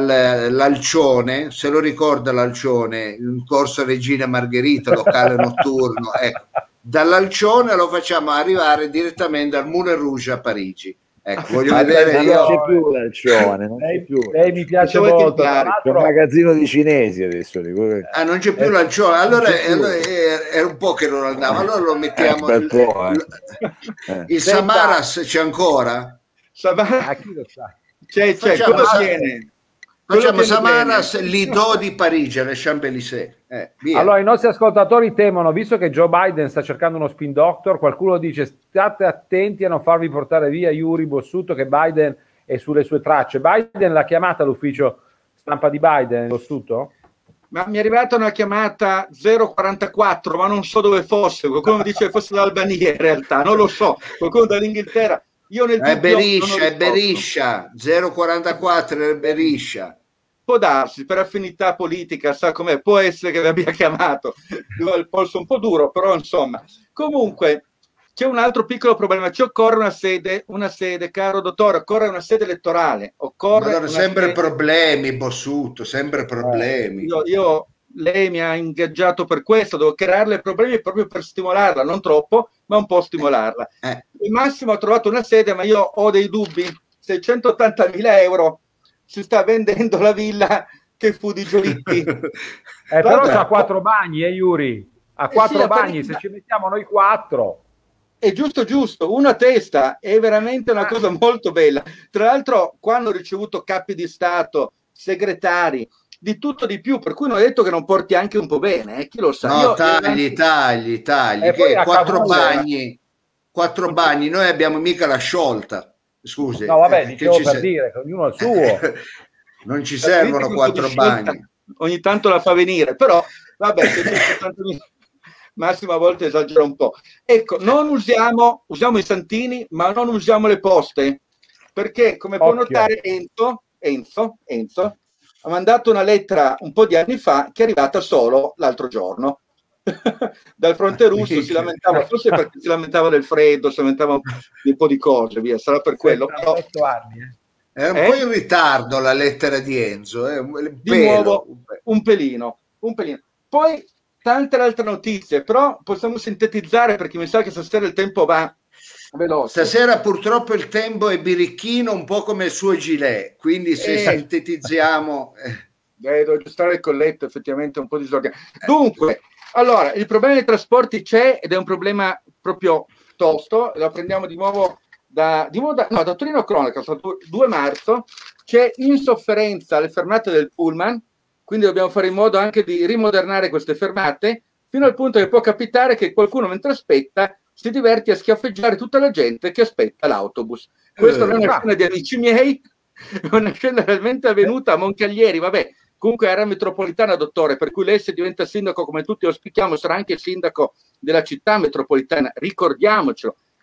S1: dall'Alcione, se lo ricorda l'Alcione, in corso Regina Margherita, locale notturno, ecco, dall'Alcione lo facciamo arrivare direttamente al Moulin Rouge a Parigi. Ecco, voglio
S3: ma
S1: vedere
S3: non
S1: io...
S3: c'è più l'Alcione, non
S2: lei,
S3: c'è più.
S2: Lei mi piace molto.
S3: C'è un magazzino di cinesi adesso.
S1: Ah, non c'è più eh, l'Alcione, allora, allora era un po' che non andava, allora lo mettiamo.
S3: Eh, po', eh.
S1: il, il Samaras c'è ancora?
S5: Samaras,
S2: ah, chi lo sa?
S5: C'è, c'è,
S1: facciamo,
S5: sa- tiene.
S1: facciamo Samaras, Lido di Parigi, alle Champs-Élysées. Eh,
S2: allora i nostri ascoltatori temono, visto che Joe Biden sta cercando uno spin doctor, qualcuno dice state attenti a non farvi portare via Yuri Bossuto, che Biden è sulle sue tracce. Biden l'ha chiamata all'ufficio stampa di Biden, Bossuto?
S5: Ma mi è arrivata una chiamata zero quarantaquattro, ma non so dove fosse, qualcuno dice che fosse dall'Albania in realtà, non lo so, qualcuno dall'Inghilterra. Io nel
S1: è Beriscia, è Beriscia, zero quarantaquattro è Beriscia.
S5: Può darsi, per affinità politica, sa com'è, può essere che l'abbia chiamato, il polso un po' duro, però insomma. Comunque, c'è un altro piccolo problema, ci occorre una sede, una sede, caro dottore, occorre una sede elettorale. Occorre
S1: allora, sempre
S5: sede...
S1: problemi, Bossuto, sempre problemi.
S5: Eh, io, io, lei mi ha ingaggiato per questo, devo crearle problemi proprio per stimolarla, non troppo, ma un po' stimolarla.
S1: Eh.
S5: Il Massimo ha trovato una sede, ma io ho dei dubbi, seicentottantamila euro, si sta vendendo la villa che fu di Giolitti.
S2: eh, però c'ha quattro bagni, eh, Yuri? Ha quattro
S5: eh sì,
S2: bagni, se ci mettiamo noi quattro.
S5: È giusto, giusto, una testa, è veramente una cosa molto bella. Tra l'altro, quando ho ricevuto capi di Stato, segretari, di tutto di più, per cui non ho detto che non porti anche un po' bene, eh? Chi lo sa.
S1: No,
S5: io,
S1: tagli,
S5: io...
S1: tagli, tagli,
S2: e
S1: che quattro
S2: Cavour,
S1: bagni, quattro bagni, noi abbiamo mica la sciolta, scusi.
S2: No, vabbè,
S1: eh,
S2: dicevo per
S1: se...
S2: dire che ognuno ha il suo.
S1: Non ci servono quattro bagni.
S5: Ogni tanto la fa venire, però, vabbè, Massimo a volte esagera un po'. Ecco, non usiamo, usiamo i santini, ma non usiamo le poste, perché come può
S2: Occhio.
S5: notare Enzo, Enzo, Enzo, ha mandato una lettera un po' di anni fa che è arrivata solo l'altro giorno. Dal fronte russo si lamentava, forse perché si lamentava del freddo, si lamentava di un po' di cose, via, sarà per quello. Però...
S2: anni, eh.
S1: Era un
S5: eh?
S1: po' in ritardo la lettera di Enzo, eh? Un
S5: Di
S1: pelo.
S5: nuovo un pelino, un pelino. Poi tante altre notizie, però possiamo sintetizzare perché mi sa che stasera il tempo va veloce.
S1: Stasera purtroppo il tempo è birichino, un po' come il suo gilet, quindi se
S5: Eh.
S1: sintetizziamo... Eh.
S5: Eh, devo aggiustare il colletto, effettivamente è un po' disordinato. Dunque, allora, il problema dei trasporti c'è ed è un problema proprio tosto, lo prendiamo di nuovo da, di nuovo da, no, da Torino Cronaca, due marzo, c'è insofferenza alle fermate del pullman, quindi dobbiamo fare in modo anche di rimodernare queste fermate, fino al punto che può capitare che qualcuno mentre aspetta si diverti a schiaffeggiare tutta la gente che aspetta l'autobus. Questa non è una scena di amici miei, è una scena realmente avvenuta a Moncaglieri, vabbè, comunque era metropolitana, dottore, per cui lei se diventa sindaco, come tutti auspichiamo, sarà anche sindaco della città metropolitana, ricordiamocelo.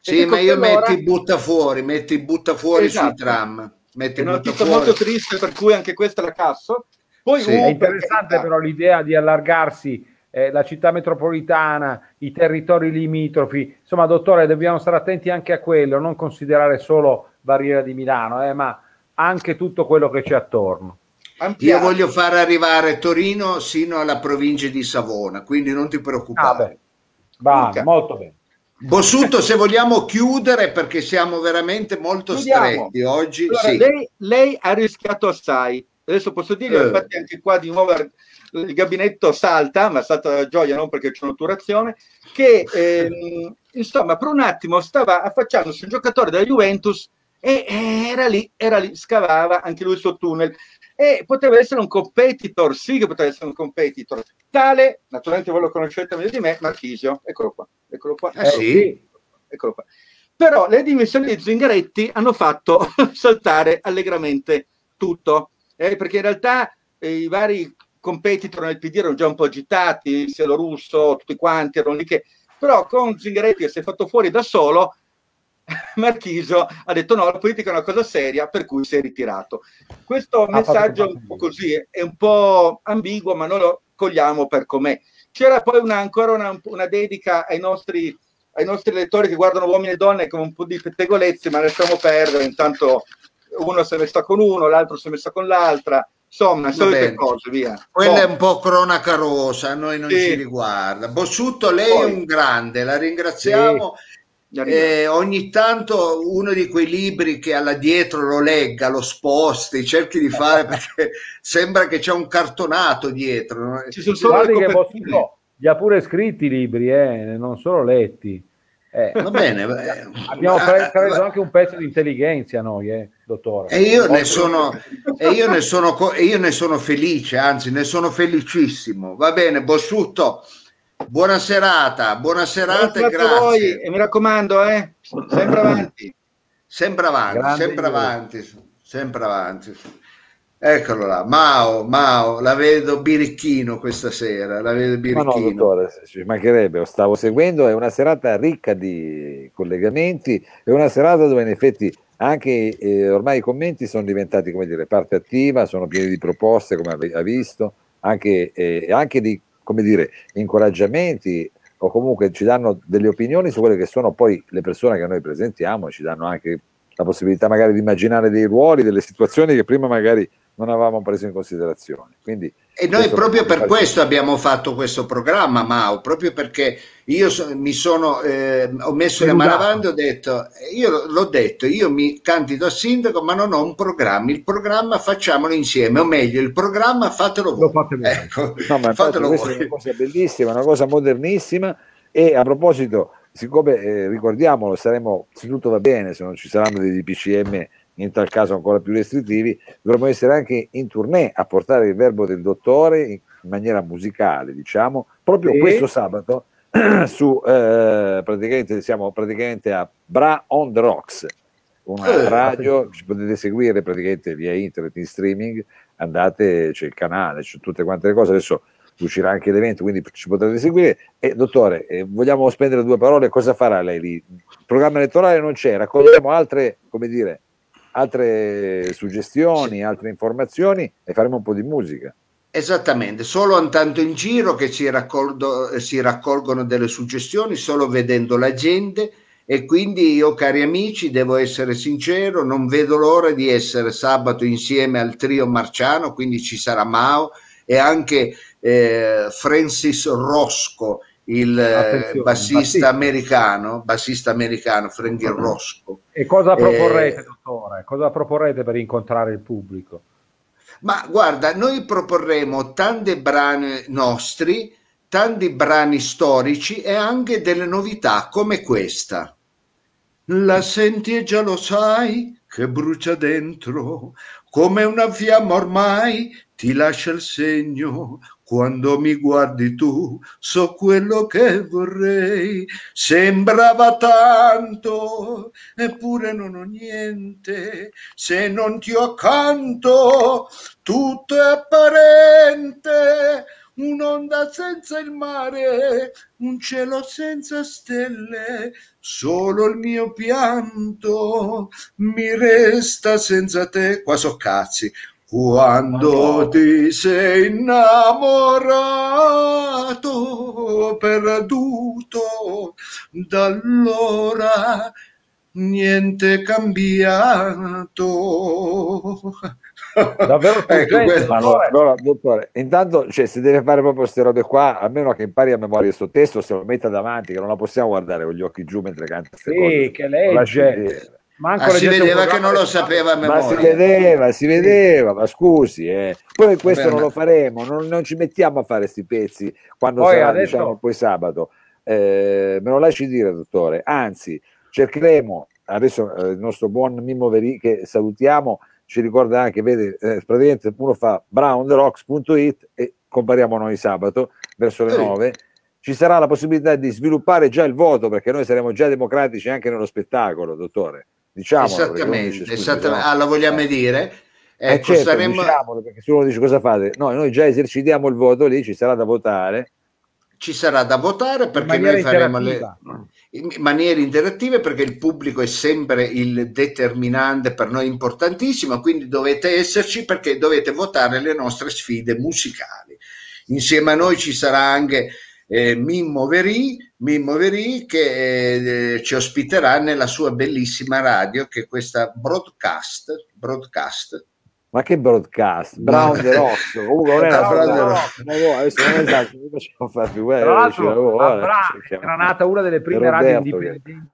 S1: Sì, ma io metti butta fuori, metti butta fuori esatto. Sui tram. Metti
S5: è una notizia molto triste, per cui anche questa la casso. Poi,
S2: sì. uh, è interessante però l'idea di allargarsi eh, la città metropolitana, i territori limitrofi. Insomma, dottore, dobbiamo stare attenti anche a quello, non considerare solo Barriera di Milano, eh, ma anche tutto quello che c'è attorno.
S1: Io voglio far arrivare Torino sino alla provincia di Savona, quindi non ti preoccupare.
S2: Ah, va, okay. Molto bene.
S1: Bossuto, se vogliamo chiudere, perché siamo veramente molto Chiudiamo. stretti oggi.
S5: Allora,
S1: sì.
S5: lei, lei ha rischiato assai. Adesso posso dire, eh. infatti anche qua di nuovo il gabinetto salta, ma salta da gioia non perché c'è un'otturazione, che ehm, insomma per un attimo stava affacciandosi un giocatore della Juventus e era lì, era lì, scavava anche lui il suo tunnel. E poteva essere un competitor, sì che poteva essere un competitor. Tale, naturalmente voi lo conoscete meglio di me, Marchisio, eccolo qua, eccolo qua.
S1: Eh, sì.
S5: Eccolo qua. Però le dimissioni di Zingaretti hanno fatto saltare allegramente tutto, eh, perché in realtà eh, i vari competitor nel P D erano già un po' agitati, sia lo Russo, tutti quanti erano lì che... Però con Zingaretti che si è fatto fuori da solo, Marchisio ha detto no, la politica è una cosa seria, per cui si è ritirato. Questo ah, messaggio è un po' così, è un po' ambiguo, ma noi lo cogliamo per com'è. C'era poi una, ancora una, una dedica ai nostri, ai nostri lettori che guardano Uomini e Donne con un po' di pettegolezzi, ma lasciamo perdere, intanto uno si è messo con uno, l'altro si è messo con l'altra, insomma, solite cose, via.
S1: Quella oh. è un po' cronaca rosa, a noi non sì. ci riguarda. Bossuto, lei poi. è un grande, la ringraziamo. Sì. Eh, ogni tanto uno di quei libri che alla dietro lo legga, lo sposti, cerchi di fare perché sembra che c'è un cartonato dietro.
S2: Ci sono solo Guardi che Bossuto li ha pure scritti i libri, eh, non solo letti. Eh,
S1: Va bene,
S2: abbiamo pre- preso anche un pezzo di intelligenza noi, eh, dottore.
S1: E io, ne sono, e, io ne sono, e io ne sono felice, anzi ne sono felicissimo. Va bene, Bossuto. Buona serata, buona serata e grazie. A voi,
S5: e mi raccomando, eh, sempre avanti.
S1: Sempre avanti, Grande sempre io. avanti, sempre avanti. Eccolo là, Mao, Mao, la vedo birichino questa sera, la vedo birichino.
S3: Ma no, dottore, ci mancherebbe, lo stavo seguendo, è una serata ricca di collegamenti, è una serata dove in effetti anche eh, ormai i commenti sono diventati, come dire, parte attiva, sono pieni di proposte, come ha visto, anche, eh, anche di come dire, incoraggiamenti o comunque ci danno delle opinioni su quelle che sono poi le persone che noi presentiamo, ci danno anche la possibilità magari di immaginare dei ruoli, delle situazioni che prima magari non avevamo preso in considerazione. Quindi,
S1: e noi proprio per questo abbiamo fatto questo programma, Mao, proprio perché io so, mi sono eh, ho messo le mani avanti e ho detto, io l'ho detto, io mi candido a sindaco ma non ho un programma, il programma facciamolo insieme, o meglio il programma fatelo voi.
S2: Lo
S1: ecco,
S3: no, ma fatelo voi. È una cosa bellissima, una cosa modernissima. E a proposito, siccome eh, ricordiamolo, saremo, se tutto va bene, se non ci saranno dei D P C M in tal caso ancora più restrittivi, dovremmo essere anche in tournée a portare il verbo del dottore in maniera musicale, diciamo, proprio sì. questo sabato su eh, praticamente siamo praticamente a Bra on the Rocks, una eh, radio, ci potete seguire praticamente via internet in streaming, andate, c'è il canale, c'è tutte quante le cose, adesso uscirà anche l'evento, quindi ci potrete seguire. E dottore, eh, vogliamo spendere due parole, cosa farà lei lì? Il programma elettorale non c'è, raccoglieremo altre, come dire, altre suggestioni, altre informazioni e faremo un po' di musica.
S1: Esattamente, solo andando in giro che si, raccolgo, si raccolgono delle suggestioni, solo vedendo la gente, e quindi io, cari amici, devo essere sincero, non vedo l'ora di essere sabato insieme al trio Marciano, quindi ci sarà Mao e anche eh, Francis Rosco, il Attenzione, bassista, bassista americano, bassista americano, Frankie Rosco.
S2: E cosa proporrete, eh, dottore? Cosa proporrete per incontrare il pubblico?
S1: Ma guarda, noi proporremo tanti brani nostri, tanti brani storici e anche delle novità come questa. La senti e già lo sai che brucia dentro, come una fiamma ormai ti lascia il segno. Quando mi guardi tu, so quello che vorrei. Sembrava tanto, eppure non ho niente. Se non ti ho accanto, tutto è apparente. un'onda senza il mare, un cielo senza stelle, solo il mio pianto mi resta senza te. Qua so cazzi. Quando ti sei innamorato, perduto, da allora niente è cambiato.
S2: Davvero
S1: ecco, questo.
S3: Allora, allora, dottore, intanto cioè, si deve fare proprio queste robe qua, a meno che impari a memoria questo testo, se lo metta davanti, che non la possiamo guardare con gli occhi giù mentre canta queste
S2: sì,
S3: cose.
S2: che legge.
S1: Ah, si vedeva che non lo sapeva a memoria.
S3: Ma si vedeva, si vedeva, ma scusi, eh. Poi questo Vabbè, non lo faremo, non, non ci mettiamo a fare sti pezzi quando poi sarà, adesso... diciamo, poi sabato. Eh, me lo lasci dire, dottore, anzi, cercheremo, adesso eh, il nostro buon Mimmo Verì, che salutiamo, ci ricorda anche, vede, eh, praticamente uno fa brown the rocks punto it e compariamo noi sabato verso le nove. Ci sarà la possibilità di sviluppare già il voto, perché noi saremo già democratici anche nello spettacolo, dottore. Diciamolo,
S1: esattamente,
S3: dice,
S1: esattamente. Ah, lo vogliamo eh. dire?
S3: Ecco, eh certo, saremmo... diciamolo, perché se uno dice cosa fate, no, noi già esercitiamo il voto lì, ci sarà da votare.
S1: Ci sarà da votare perché noi faremo le in maniere interattive, perché il pubblico è sempre il determinante per noi, importantissimo, quindi dovete esserci perché dovete votare le nostre sfide musicali. Insieme a noi ci sarà anche eh, Mimmo Verì, Mimmo Verì che eh, ci ospiterà nella sua bellissima radio, che è questa broadcast, broadcast
S3: Ma che broadcast? Brown the Rocks. Comunque non è la Brown the Rocks. Adesso non esatto, mi facciamo fare più
S2: Tra l'altro, era nata una delle prime radio indipendenti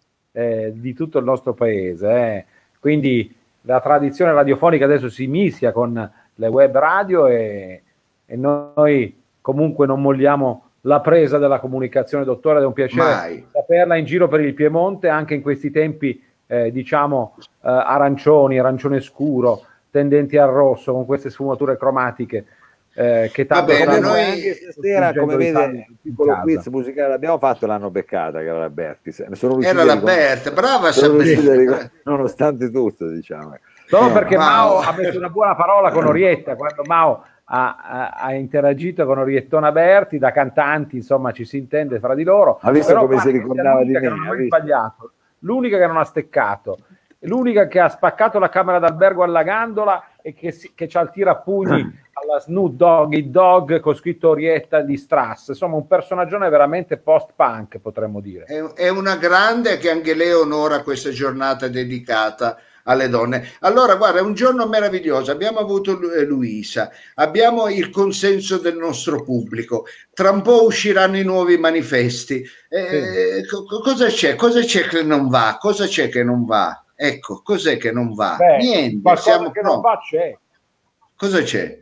S2: eh, di tutto il nostro paese. Eh. Quindi la tradizione radiofonica adesso si mischia con le web radio e, e noi comunque non molliamo la presa della comunicazione, dottore. Ed è un piacere Mai. saperla in giro per il Piemonte, anche in questi tempi, eh, diciamo, eh, arancioni, arancione scuro, tendenti al rosso, con queste sfumature cromatiche eh, che tanto
S1: bene,
S3: noi anche stasera, come vede, il piccolo quiz musicale l'abbiamo fatto, l'hanno beccata, che era la Berti. Sono
S1: era la Berti, brava
S3: Sabrina, nonostante tutto, diciamo.
S2: Solo no, perché Mao ha messo una buona parola con Orietta, quando Mao ha, ha, ha interagito con Oriettona Berti, da cantanti, insomma, ci si intende fra di loro.
S3: Ha visto
S2: Però,
S3: come si ricordava di me?
S2: Che non ha sbagliato, l'unica che non ha steccato, l'unica che ha spaccato la camera d'albergo alla gandola e che, si, che c'ha il tirapugni alla Snoop Dogg, il dog con scritto Orietta di Strass. Insomma, un personaggione veramente post-punk, potremmo dire.
S1: È, è una grande, che anche lei onora questa giornata dedicata alle donne. Allora, guarda, è un giorno meraviglioso. Abbiamo avuto Luisa, abbiamo il consenso del nostro pubblico. Tra un po' usciranno i nuovi manifesti. Eh, sì. co- cosa c'è? Cosa c'è che non va? Cosa c'è che non va? Ecco, cos'è che non va?
S2: Beh,
S1: Niente, siamo
S2: che non va c'è.
S1: Cosa c'è?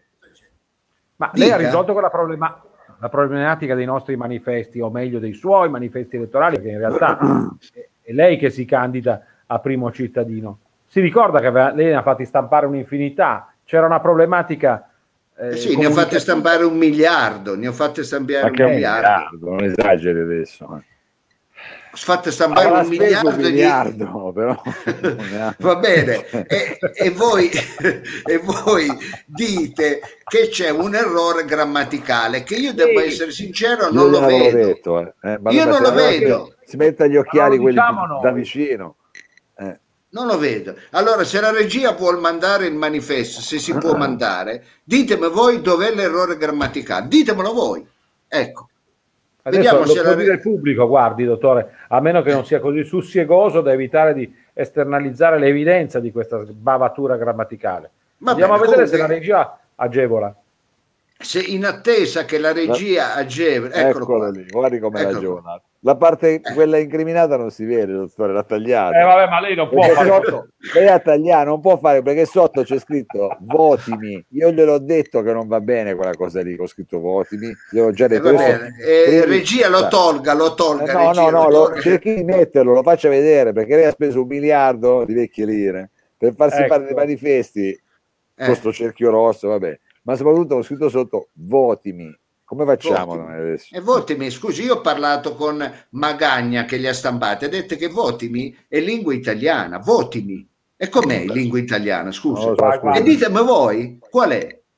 S2: Ma Dica. Lei ha risolto quella problema- la problematica dei nostri manifesti, o meglio dei suoi manifesti elettorali, perché in realtà è lei che si candida a primo cittadino. Si ricorda che aveva, lei ne ha fatti stampare un'infinità, c'era una problematica.
S1: Eh, sì, ne ho fatte stampare un miliardo, ne ho fatte stampare un miliardo.
S3: miliardo. Non esageri adesso.
S1: Ho fatto stampare un miliardo,
S3: un miliardo di... però
S1: va bene, e, e, voi, e voi dite che c'è un errore grammaticale che io devo essere sincero
S3: io
S1: non lo vedo
S3: detto, eh. Eh,
S1: io non lo vedo,
S3: si metta gli occhiali
S2: no,
S3: quelli
S2: diciamo
S3: da vicino, eh.
S1: non lo vedo. Allora, se la regia può mandare il manifesto, se si può mandare, ditemi voi dov'è l'errore grammaticale, ditemelo voi, ecco.
S2: Adesso Vediamo lo se può la... dire il pubblico, guardi dottore, a meno che non sia così sussiegoso da evitare di esternalizzare l'evidenza di questa bavatura grammaticale. Va Andiamo bene, a vedere comunque... se la regia agevola.
S1: Se in attesa che la regia agevola, eccolo
S3: Eccola lì, guardi come ragiona. La parte, quella incriminata non si vede, dottore, l'ha tagliata.
S2: Eh vabbè, ma lei non può
S3: perché
S2: fare
S3: sotto, lei ha tagliato, non può fare, perché sotto c'è scritto votimi. Io gliel'ho detto che non va bene quella cosa lì, ho scritto votimi. Gliel'ho già detto.
S1: Eh, va bene. Eh, regia lo tolga, lo tolga.
S3: Eh, no,
S1: regia,
S3: no, no,
S1: lo
S3: lo, cerchi di metterlo, lo faccia vedere, perché lei ha speso un miliardo di vecchie lire per farsi
S2: ecco.
S3: fare dei manifesti eh. con sto cerchio rosso, vabbè. Ma soprattutto ho scritto sotto votimi. Come facciamo
S1: votimi.
S3: Noi adesso?
S1: E votimi, scusi, io ho parlato con Magagna che li ha stampati, ha detto che votimi è lingua italiana, votimi. E com'è in lingua italiana, scusa?
S3: No, so,
S1: e ditemi voi, qual è?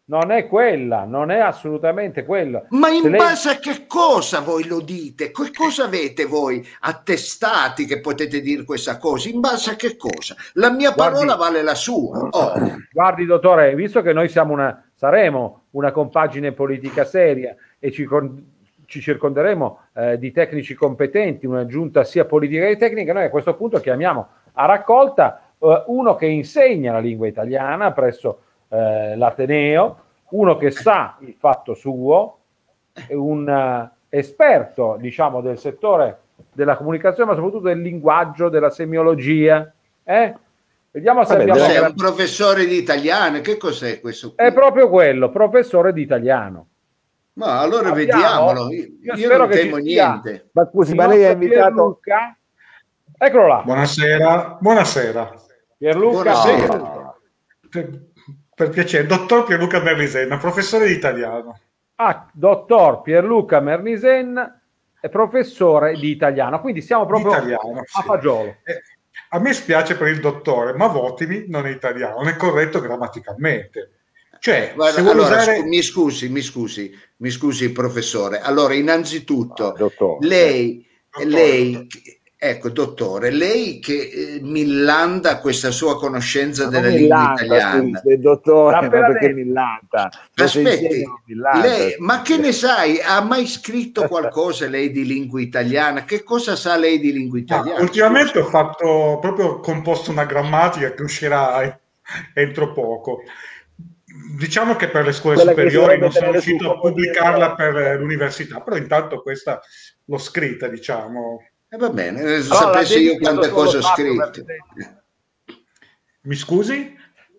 S2: non è quella, non è assolutamente quella.
S1: Ma in
S2: Se lei...
S1: base a che cosa voi lo dite? Che cosa avete voi attestati che potete dire questa cosa? In base a che cosa? La mia
S2: Guardi,
S1: parola vale la sua. Oh.
S2: Guardi, dottore, visto che noi siamo una, saremo una compagine politica seria e ci, ci circonderemo eh, di tecnici competenti, una giunta sia politica che tecnica, noi a questo punto chiamiamo a raccolta eh, uno che insegna la lingua italiana presso Eh, l'Ateneo, uno che sa il fatto suo, un uh, esperto, diciamo, del settore della comunicazione, ma soprattutto del linguaggio, della semiologia. Eh? Vediamo se
S1: Vabbè,
S2: abbiamo...
S1: Sei un professore di italiano, che cos'è questo qui?
S2: È proprio quello, professore di italiano.
S1: Ma allora
S2: Abbiamo,
S1: vediamolo, io,
S2: io
S1: io
S2: spero
S1: non
S2: che
S1: temo
S2: ci sia
S1: niente.
S3: Ma scusi, ma lei ha invitato...
S2: Pierluca. Eccolo là.
S6: Buonasera, buonasera.
S2: Pierluca.
S1: Buonasera.
S2: No.
S6: Per, per piacere, dottor Pierluca Mernisenna, professore di italiano.
S2: Ah, dottor Pierluca Mernisen è professore di italiano, quindi siamo proprio
S6: Italiano,
S2: a
S6: sì.
S2: fagiolo.
S6: Eh, a me spiace per il dottore, ma Votimi non è italiano, non è corretto grammaticalmente. Cioè,
S1: Guarda,
S6: se vuole
S1: allora,
S6: usare...
S1: scu- mi scusi, mi scusi, mi scusi, professore. Allora, innanzitutto,
S3: Ah, dottore.
S1: lei,
S6: Dottore,
S1: lei,
S6: dottore.
S1: ecco, dottore, lei che eh, millanta questa sua conoscenza
S3: Ma
S1: della
S3: non
S1: lingua
S3: millanta,
S1: italiana.
S3: scusi, il dottore,
S2: L'ha
S3: ma
S2: appena
S3: perché
S2: detto.
S3: millanta? Lo si
S1: Aspetti,
S3: insegna, non millanta,
S1: lei, ma
S3: scusi.
S1: che ne sai? Ha mai scritto qualcosa lei di lingua italiana? Che cosa sa lei di lingua
S6: Ah,
S1: italiana?
S6: ultimamente
S1: Scusi.
S6: ho fatto proprio composto una grammatica che uscirà entro poco. Diciamo che per le scuole
S3: Quella che si
S6: superiori
S3: dovrebbe
S6: non sono
S3: tenere sul
S6: riuscito a
S3: comodino.
S6: pubblicarla per l'università, però intanto questa l'ho scritta, diciamo.
S1: Eh, va bene, eh,
S2: Allora,
S1: sapessi
S2: la
S1: io
S2: dedichi al
S1: quante
S2: dottor
S1: cose ho
S2: Lo Sapio
S1: scritto.
S2: Mernisen.
S6: Mi scusi?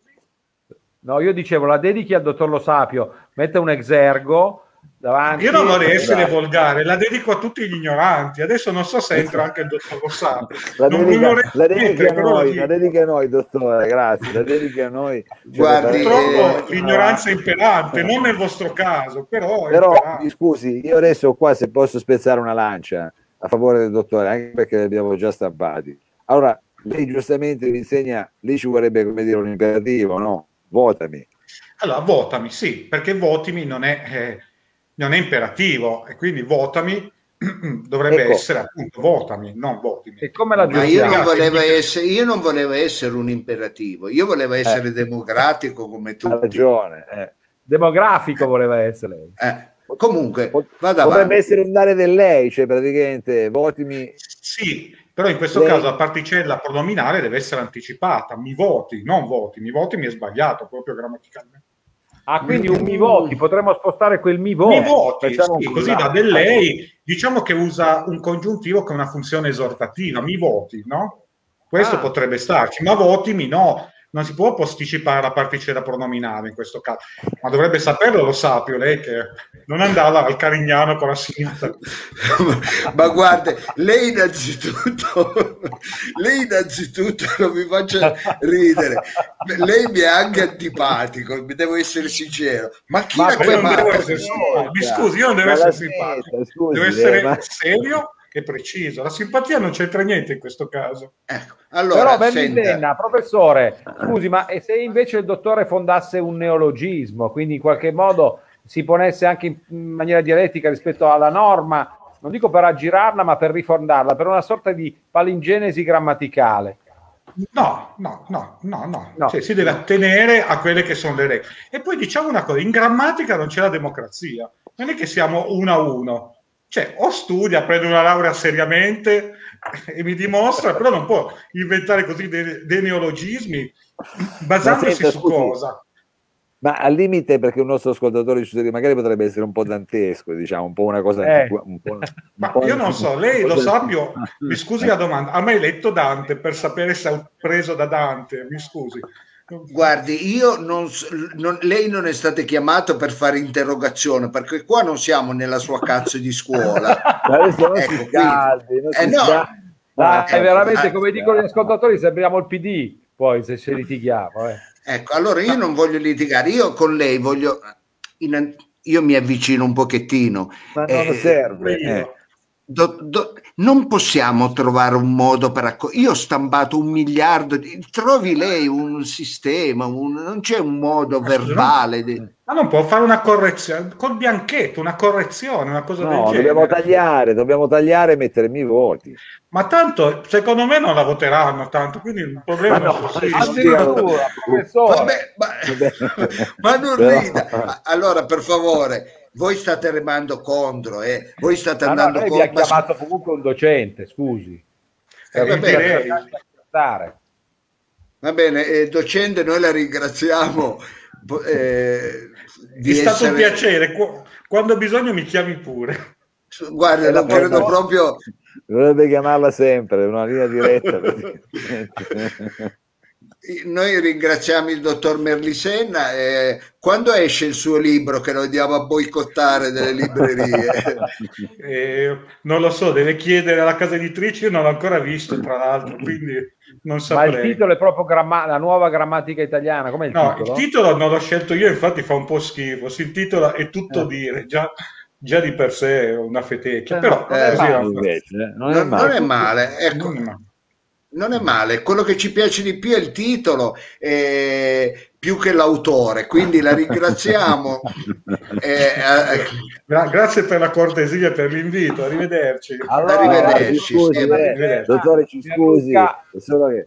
S2: No, io dicevo, la dedichi al dottor Lo Sapio, mette un exergo davanti.
S6: Io non vorrei essere
S2: Esatto.
S6: volgare, la dedico a tutti gli ignoranti. Adesso non so se entra anche il dottor Lo Sapio.
S3: La
S6: Non
S3: dedica,
S6: vorrei
S3: la dedica
S6: mettere,
S3: a
S6: però lo
S3: noi,
S6: dico.
S3: la dedica a noi, dottore, grazie, la dedica a noi. Cioè,
S1: Guardi,
S3: le
S6: Purtroppo
S3: faremo-
S1: eh,
S6: l'ignoranza è imperante, non nel vostro caso, però è
S3: Però,
S6: imperante.
S3: mi scusi, io adesso qua se posso spezzare una lancia a favore del dottore, anche perché li abbiamo già stampati. Allora, lei giustamente mi insegna, lì ci vorrebbe, come dire, un imperativo, no? Votami.
S6: Allora, votami, sì, perché votimi non è, eh, non è imperativo, e quindi votami dovrebbe
S3: Ecco.
S6: essere appunto votami, non votimi.
S2: E come la
S1: Ma io non,
S2: giustiamo?
S1: volevo essere, io non volevo essere un imperativo, io volevo essere democratico come
S3: Ha
S1: tutti.
S3: ragione. Eh.
S2: Demografico voleva essere lei.
S1: Eh, comunque,
S3: Pot-
S1: vada
S3: Potrebbe
S1: avanti.
S3: essere un dare del lei, cioè praticamente votimi.
S6: Sì, però in questo
S3: Lei-
S6: caso la particella pronominale deve essere anticipata, mi voti, non voti, mi voti mi è sbagliato proprio grammaticalmente.
S2: Ah, quindi un mi voti, potremmo spostare quel mi voti.
S6: Mi voti,
S3: facciamo
S6: sì,
S3: un
S6: così
S3: collage.
S6: da del lei, diciamo che usa un congiuntivo che ha una funzione esortativa, mi voti, no? Questo
S2: Ah.
S6: potrebbe starci, ma votimi no, non si può posticipare la particella pronominale in questo caso, ma dovrebbe saperlo, Lo Sapio, lei che non andava al Carignano con la signora.
S1: Ma guarda, lei innanzitutto, lei innanzitutto non mi faccia ridere, lei mi è anche antipatico, mi devo essere sincero, ma chi
S2: Ma
S1: l'ha
S6: Ma io non devo
S1: chiamato?
S6: essere simpatico, mi scusi, io non devo
S3: Ma la
S6: essere
S3: smetta,
S6: simpatico,
S3: scusi,
S6: devo essere
S3: eh, ma-
S6: serio e preciso. La simpatia non c'entra niente in questo caso.
S1: Ecco, allora,
S2: Però
S1: senta,
S2: Mernisen, professore, scusi, ma e se invece il dottore fondasse un neologismo, quindi in qualche modo si ponesse anche in, in maniera dialettica rispetto alla norma, non dico per aggirarla, ma per rifondarla, per una sorta di palingenesi grammaticale?
S6: No, no, no, no, no.
S2: No.
S6: Cioè, si deve attenere a quelle che sono le regole. E poi diciamo una cosa, in grammatica non c'è la democrazia, non è che siamo uno a uno. Cioè, o studia, prende una laurea seriamente e mi dimostra, però non può inventare così dei, dei neologismi basandosi
S3: senta,
S6: su
S3: scusi,
S6: cosa.
S3: Ma al limite, perché un nostro ascoltatore magari potrebbe essere un po' dantesco, diciamo, un po' una cosa
S2: Eh.
S3: antiqua- un po', un
S6: Ma
S3: po'
S6: io non so, lei Lo
S3: cosa-
S6: Sapio, mi scusi la domanda, ha mai letto Dante per sapere se ha preso da Dante? Mi scusi.
S1: guardi, io non, s- non- lei non è stato chiamato per fare interrogazione, perché qua non siamo nella sua cazzo di scuola.
S3: Ma adesso non
S1: Ecco,
S3: si scaldi, non
S1: eh,
S3: si
S1: no.
S3: scaldi.
S2: Dai,
S1: ecco,
S2: veramente,
S1: ah,
S2: come dicono gli ascoltatori, sembriamo il P D, poi se ci litighiamo. Eh.
S1: Ecco, allora io non voglio litigare, io con lei voglio, in- io mi avvicino un pochettino.
S3: Ma non
S1: Eh,
S3: serve.
S6: io.
S3: eh.
S1: Do, do, non possiamo trovare un modo per accor- io ho stampato un miliardo di, trovi lei un sistema, un, non c'è un modo verbale di...
S6: ma non può fare una correzione col bianchetto, una correzione, una cosa del
S3: No,
S6: genere.
S3: dobbiamo tagliare, dobbiamo tagliare e mettermi i voti.
S6: Ma tanto secondo me non la voteranno tanto, quindi il problema
S3: Ma no,
S6: non è così.
S2: Addirittura, professore.
S1: Vabbè, ma, ma non
S3: Però-
S1: rida. Allora, per favore, voi state remando contro, eh? Voi state
S2: Ma no,
S1: andando
S2: lei mi ha
S1: contro. ma-
S2: chiamato comunque un docente, scusi.
S6: Eh,
S1: va
S6: direi.
S1: bene,
S2: Stare.
S1: va bene, eh, docente, noi la ringraziamo. eh, di
S6: È stato un
S1: essere-
S6: piacere. Qu- Quando ho bisogno mi chiami pure.
S1: Guarda,
S2: È la
S1: non credo
S2: prima-
S1: proprio.
S3: Dovrebbe chiamarla sempre, una linea diretta.
S1: Noi ringraziamo il dottor Merlisenna. eh, quando esce il suo libro che lo andiamo a boicottare delle librerie?
S6: Eh, non lo so, deve chiedere alla casa editrice, io non l'ho ancora visto, tra l'altro, quindi non
S2: Ma il
S6: saprei.
S2: titolo è proprio gramma- la nuova grammatica italiana. Com'è il
S6: No,
S2: titolo?
S6: il titolo non l'ho scelto io, infatti fa un po' schifo. Si intitola È tutto
S2: Eh.
S6: dire, già, già di per sé è una fetecchia,
S2: Eh,
S6: però
S2: non è
S1: eh,
S6: così
S2: male.
S6: è-
S3: Invece, eh, non è
S1: Non, non
S3: male.
S1: è male, ecco.
S6: non è male.
S1: Non è male, quello che ci piace di più è il titolo, eh, più che l'autore, quindi la ringraziamo. eh, eh,
S6: Gra- grazie per la cortesia e per l'invito, arrivederci.
S2: Allora,
S1: Arrivederci,
S3: Scusi,
S1: sì,
S3: eh,
S6: arrivederci.
S3: dottore, ci scusi,
S2: Luca.
S3: è solo che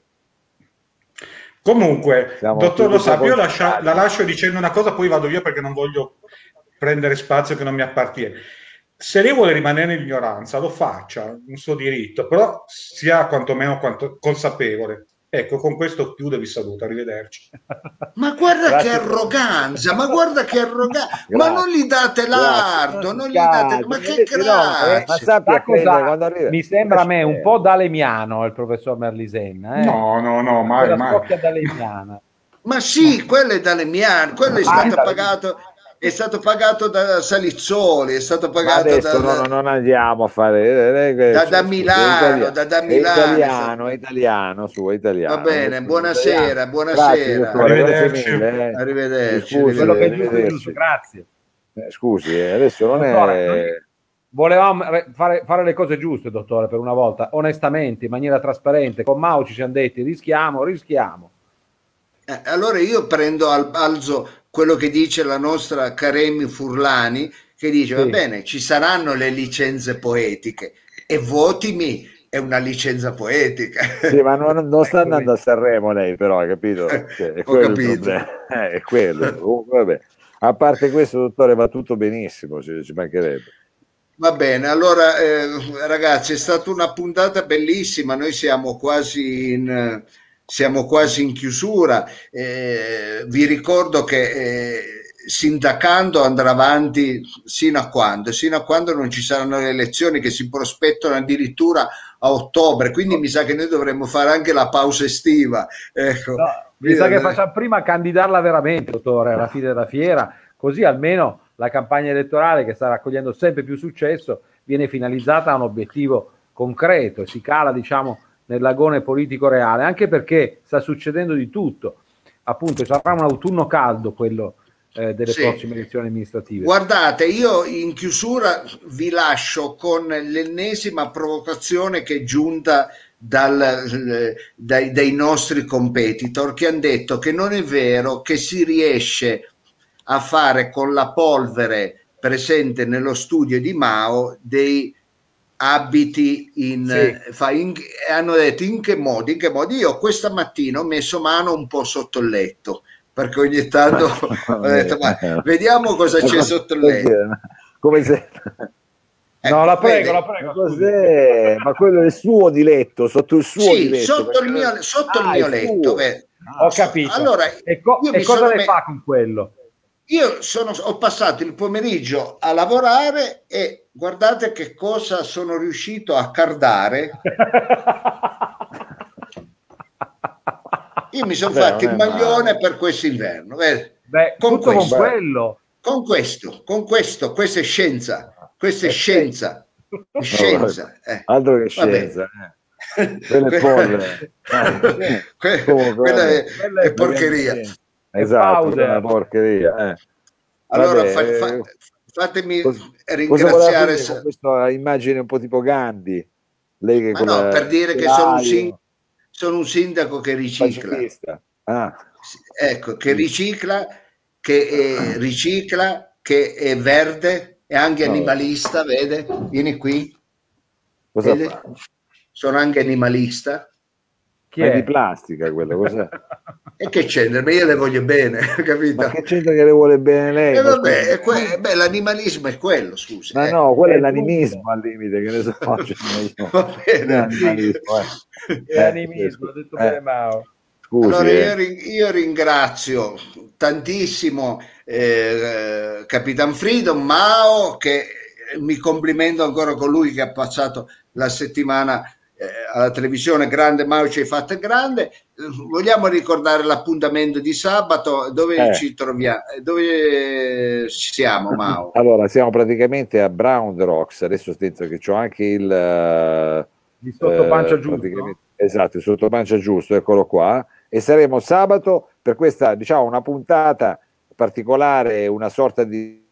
S6: Comunque,
S3: Siamo
S6: dottor Lo
S3: tutti
S6: Sapio, io
S3: concentrati.
S6: lascia- la lascio dicendo una cosa, poi vado via perché non voglio prendere spazio che non mi appartiene. Se lei vuole rimanere in ignoranza, lo faccia, un suo diritto, però sia quantomeno quanto consapevole. Ecco, con questo chiudo e vi saluto, arrivederci.
S1: ma guarda
S2: Grazie.
S1: che arroganza, ma guarda che arroganza, ma non gli date lardo,
S3: Grazie.
S1: non gli date, ma
S3: Grazie.
S1: che
S3: Eh, no, eh, ma
S1: grazie.
S3: sappia
S2: Sa cosa-
S3: prendere quando arriva.
S2: mi sembra a me un po' dalemiano il professor Merlisenna. Eh?
S6: No, no, no, mai,
S2: Quella
S6: mai.
S2: scocchia dalemiana.
S1: Ma sì, quello è Dalemiano, quello è
S2: Ah,
S1: stato
S2: da-
S1: pagato, è stato pagato da Salizzoli, è stato
S3: Ma
S1: pagato
S3: adesso
S1: da,
S3: no, non andiamo a fare eh, eh,
S1: Da-
S3: su-
S1: da
S3: su-
S1: Milano,
S3: è italiano,
S1: da- da
S3: è
S1: Milano,
S3: italiano, è italiano, su, è italiano.
S1: Va bene,
S3: È
S1: buonasera,
S3: italiano.
S1: buonasera.
S3: Grazie, dottore, grazie
S6: Arrivederci.
S3: mille. eh.
S1: Arrivederci,
S3: Scusi,
S2: Quello che è giusto è
S3: arrivederci.
S2: giusto, grazie.
S3: Eh, Scusi, eh, adesso non
S2: Dottore,
S3: è...
S2: noi volevamo re- fare, fare le cose giuste, dottore, per una volta, onestamente, in maniera trasparente. Con Mao ci siamo detti rischiamo, rischiamo.
S1: Eh, allora io prendo al balzo quello che dice la nostra Karemi Furlani, che dice,
S2: Sì.
S1: va bene, ci saranno le licenze poetiche e votimi è una licenza poetica.
S3: Sì, ma non, non sta
S2: Ecco,
S3: andando a Sanremo lei, però, hai capito?
S1: Eh,
S3: Cioè, è
S1: ho
S3: quello il
S1: capito.
S3: problema. Eh, è quello. Comunque, vabbè. A parte questo, dottore, va tutto benissimo, ci, ci mancherebbe.
S1: Va bene, allora eh, ragazzi, è stata una puntata bellissima, noi siamo quasi in, siamo quasi in chiusura. Eh, vi ricordo che eh, sindacando andrà avanti sino a quando? Sino a quando non ci saranno le elezioni che si prospettano addirittura a ottobre, quindi mi sa che noi dovremmo fare anche la pausa estiva. Ecco.
S2: No, mi sa che facciamo prima candidarla veramente, dottore, alla fine della fiera, così almeno la campagna elettorale, che sta raccogliendo sempre più successo, viene finalizzata a un obiettivo concreto e si cala, diciamo, nel lagone politico reale, anche perché sta succedendo di tutto. Appunto, sarà un autunno caldo quello eh, delle
S1: Sì.
S2: prossime elezioni amministrative.
S1: Guardate, io in chiusura vi lascio con l'ennesima provocazione che è giunta dal, eh, dai, dai nostri competitor, che hanno detto che non è vero che si riesce a fare con la polvere presente nello studio di Mao dei abiti in,
S2: Sì.
S1: fa in hanno detto in che modi, in che modi. Io questa mattina ho messo mano un po' sotto il letto, perché ogni tanto ho detto ma vediamo cosa c'è sotto il letto.
S3: Come se...
S1: Ecco,
S2: No, la prego,
S1: vede?
S2: la prego.
S3: Ma cos'è? Ma quello è il suo di letto, sotto il suo
S1: Sì,
S3: di letto.
S1: sotto il
S3: perché-
S1: mio, sotto il
S3: Ah,
S1: mio
S3: il
S1: letto.
S3: suo.
S1: vede?
S2: Ho capito.
S1: Allora,
S2: e co-
S1: io
S2: e
S1: mi
S2: cosa
S1: sono
S2: ne
S1: me-
S2: fa con quello?
S1: Io sono, ho passato il pomeriggio a lavorare e guardate che cosa sono riuscito a cardare. Io mi sono
S3: Beh,
S1: fatto
S3: non
S1: il
S3: è
S1: maglione
S3: male.
S1: per questo inverno. vedi?
S2: Beh,
S1: Con
S2: tutto
S1: questo.
S2: con quello.
S1: Con questo, con questo, questa è scienza, questa è
S2: Eh,
S1: scienza, è scienza. eh.
S3: Altro che
S1: Vabbè.
S3: scienza. eh. Quella è polvere. Eh.
S1: Que-
S3: Comunque,
S1: quella è,
S2: quella è
S1: è porcheria.
S3: Esatto,
S2: powder.
S3: è una porcheria. eh.
S1: Allora
S3: Vabbè,
S1: fa-
S3: eh,
S1: fa- fatemi
S3: Cosa,
S1: ringraziare.
S3: cosa con questa immagine un po' tipo Gandhi? Lei che
S1: Ma
S3: con
S1: no,
S3: la,
S1: per dire che sono un, sin- sono un sindaco che ricicla.
S3: pacifista. Ah.
S1: Ecco, che ricicla, che è, ricicla, che è verde, è anche animalista, vede? Vieni qui.
S3: Cosa
S1: Vede?
S3: fa?
S1: Sono anche animalista.
S2: Chi
S3: Ma è
S2: è?
S3: di plastica quello, cos'è?
S1: E che c'entra? Ma io le voglio bene, capito?
S3: Ma che c'entra che le vuole bene lei?
S1: E
S3: Ma
S1: vabbè,
S3: scusi,
S1: è que- beh, l'animalismo è quello, scusa.
S3: ma
S1: eh.
S3: no, quello
S2: È
S3: è l'animismo al limite, che ne so, cioè, non lo so.
S1: Va
S3: Non è
S1: bene.
S3: animalismo, eh.
S2: È
S3: Eh,
S2: animismo,
S3: scusi,
S2: ha detto
S3: eh,
S2: bene Mao.
S3: scusi,
S1: Allora io,
S3: eh.
S1: ring- io ringrazio tantissimo eh, Capitan Freedom, Mao, che mi complimento ancora con lui che ha passato la settimana eh, alla televisione. Grande Mao, ci hai fatto grande. Eh, Vogliamo ricordare l'appuntamento di sabato? Dove
S3: Eh.
S1: ci troviamo? Dove siamo, Mao?
S3: Allora, siamo praticamente a Brown Rocks, adesso penso che c'ho anche il eh,
S2: Di sottopancia
S3: eh,
S2: giusto?
S3: praticamente- esatto, il sottopancia giusto, eccolo qua, e saremo sabato per questa, diciamo, una puntata particolare, una sorta di,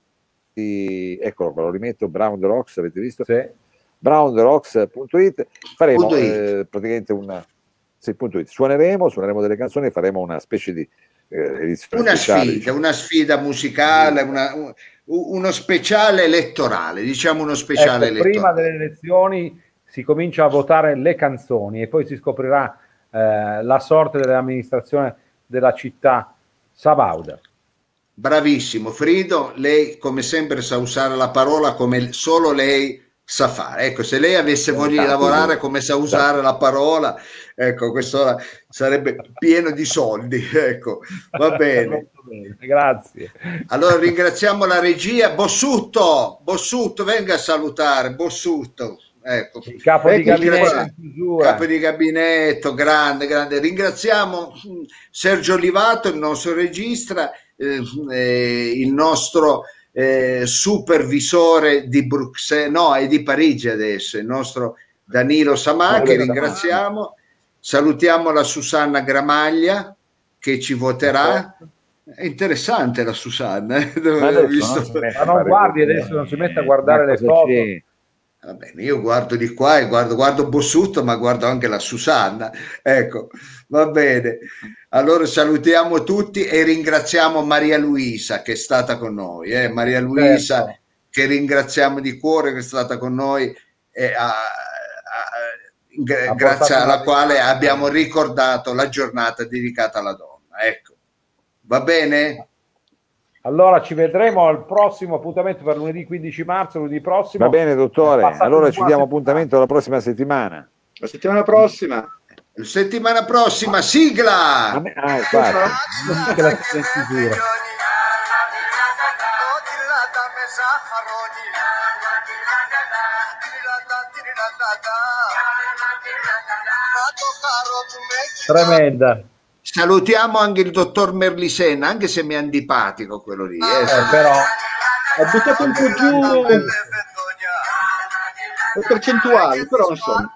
S3: di eccolo qua, lo rimetto, Brown Rocks, avete visto?
S2: Sì.
S3: brown rocks punto it, faremo
S1: Punto it.
S3: eh, praticamente una sì, punto it. Suoneremo, suoneremo delle canzoni e faremo una specie di eh, edizione
S1: Una
S3: speciale,
S1: sfida,
S3: diciamo.
S1: una sfida musicale, una- un- uno speciale elettorale, diciamo uno speciale
S2: Ecco, prima
S1: elettorale.
S2: delle elezioni si comincia a votare le canzoni e poi si scoprirà eh, la sorte dell'amministrazione della città sabauda.
S1: Bravissimo, Frido, lei come sempre sa usare la parola come solo lei sa fare. Ecco, se lei avesse voglia di
S3: Esatto,
S1: lavorare
S3: sì.
S1: come sa usare
S3: Esatto.
S1: la parola, ecco, questo sarebbe pieno di soldi. Ecco, va bene.
S2: Molto bene, grazie.
S1: Allora ringraziamo la regia. Bossutto, Bossutto, venga a salutare, Bossutto. Ecco,
S2: Il capo di
S5: Eccoci
S2: gabinetto
S5: qua.
S2: in chiusura.
S1: capo di gabinetto, grande, grande. Ringraziamo mm, Sergio Olivato, il nostro regista, eh, eh, il nostro eh, supervisore di Bruxelles, no, è di Parigi adesso, il nostro Danilo Samacchi, ringraziamo. Salutiamo la Susanna Gramaglia che ci voterà. È interessante la Susanna, eh, dove
S3: Ma
S1: ho
S3: adesso
S1: visto.
S3: non si mette
S2: Ma
S3: a
S2: non
S3: fare
S2: guardi
S3: così.
S2: adesso, non si mette a
S3: Ma
S2: guardare le
S3: cosa
S2: foto.
S3: c'è?
S1: Va bene, io guardo di qua e guardo, guardo Bossutto, ma guardo anche la Susanna. Ecco, va bene. Allora salutiamo tutti e ringraziamo Maria Luisa che è stata con noi. Eh? Maria Luisa,
S2: Certo.
S1: che ringraziamo di cuore, che è stata con noi, e a- a-
S2: Ha
S1: grazie
S2: portato una
S1: alla quale
S2: risata.
S1: abbiamo ricordato la giornata dedicata alla donna. Ecco, va bene?
S2: Allora ci vedremo al prossimo appuntamento per lunedì quindici marzo, lunedì prossimo.
S3: Va bene, dottore.
S2: Passate
S3: Allora
S2: una
S3: ci
S2: buona
S3: diamo
S2: settimana.
S3: appuntamento la prossima settimana.
S5: La settimana prossima.
S1: Settimana prossima, sigla!
S3: A me- Ah, infatti.
S2: Che la sigla in chiusura. Tremenda.
S1: Salutiamo anche il dottor Merlisen, anche se mi è antipatico quello lì. Eh,
S2: Eh, però
S5: Ho buttato un po' giù le percentuali, però insomma.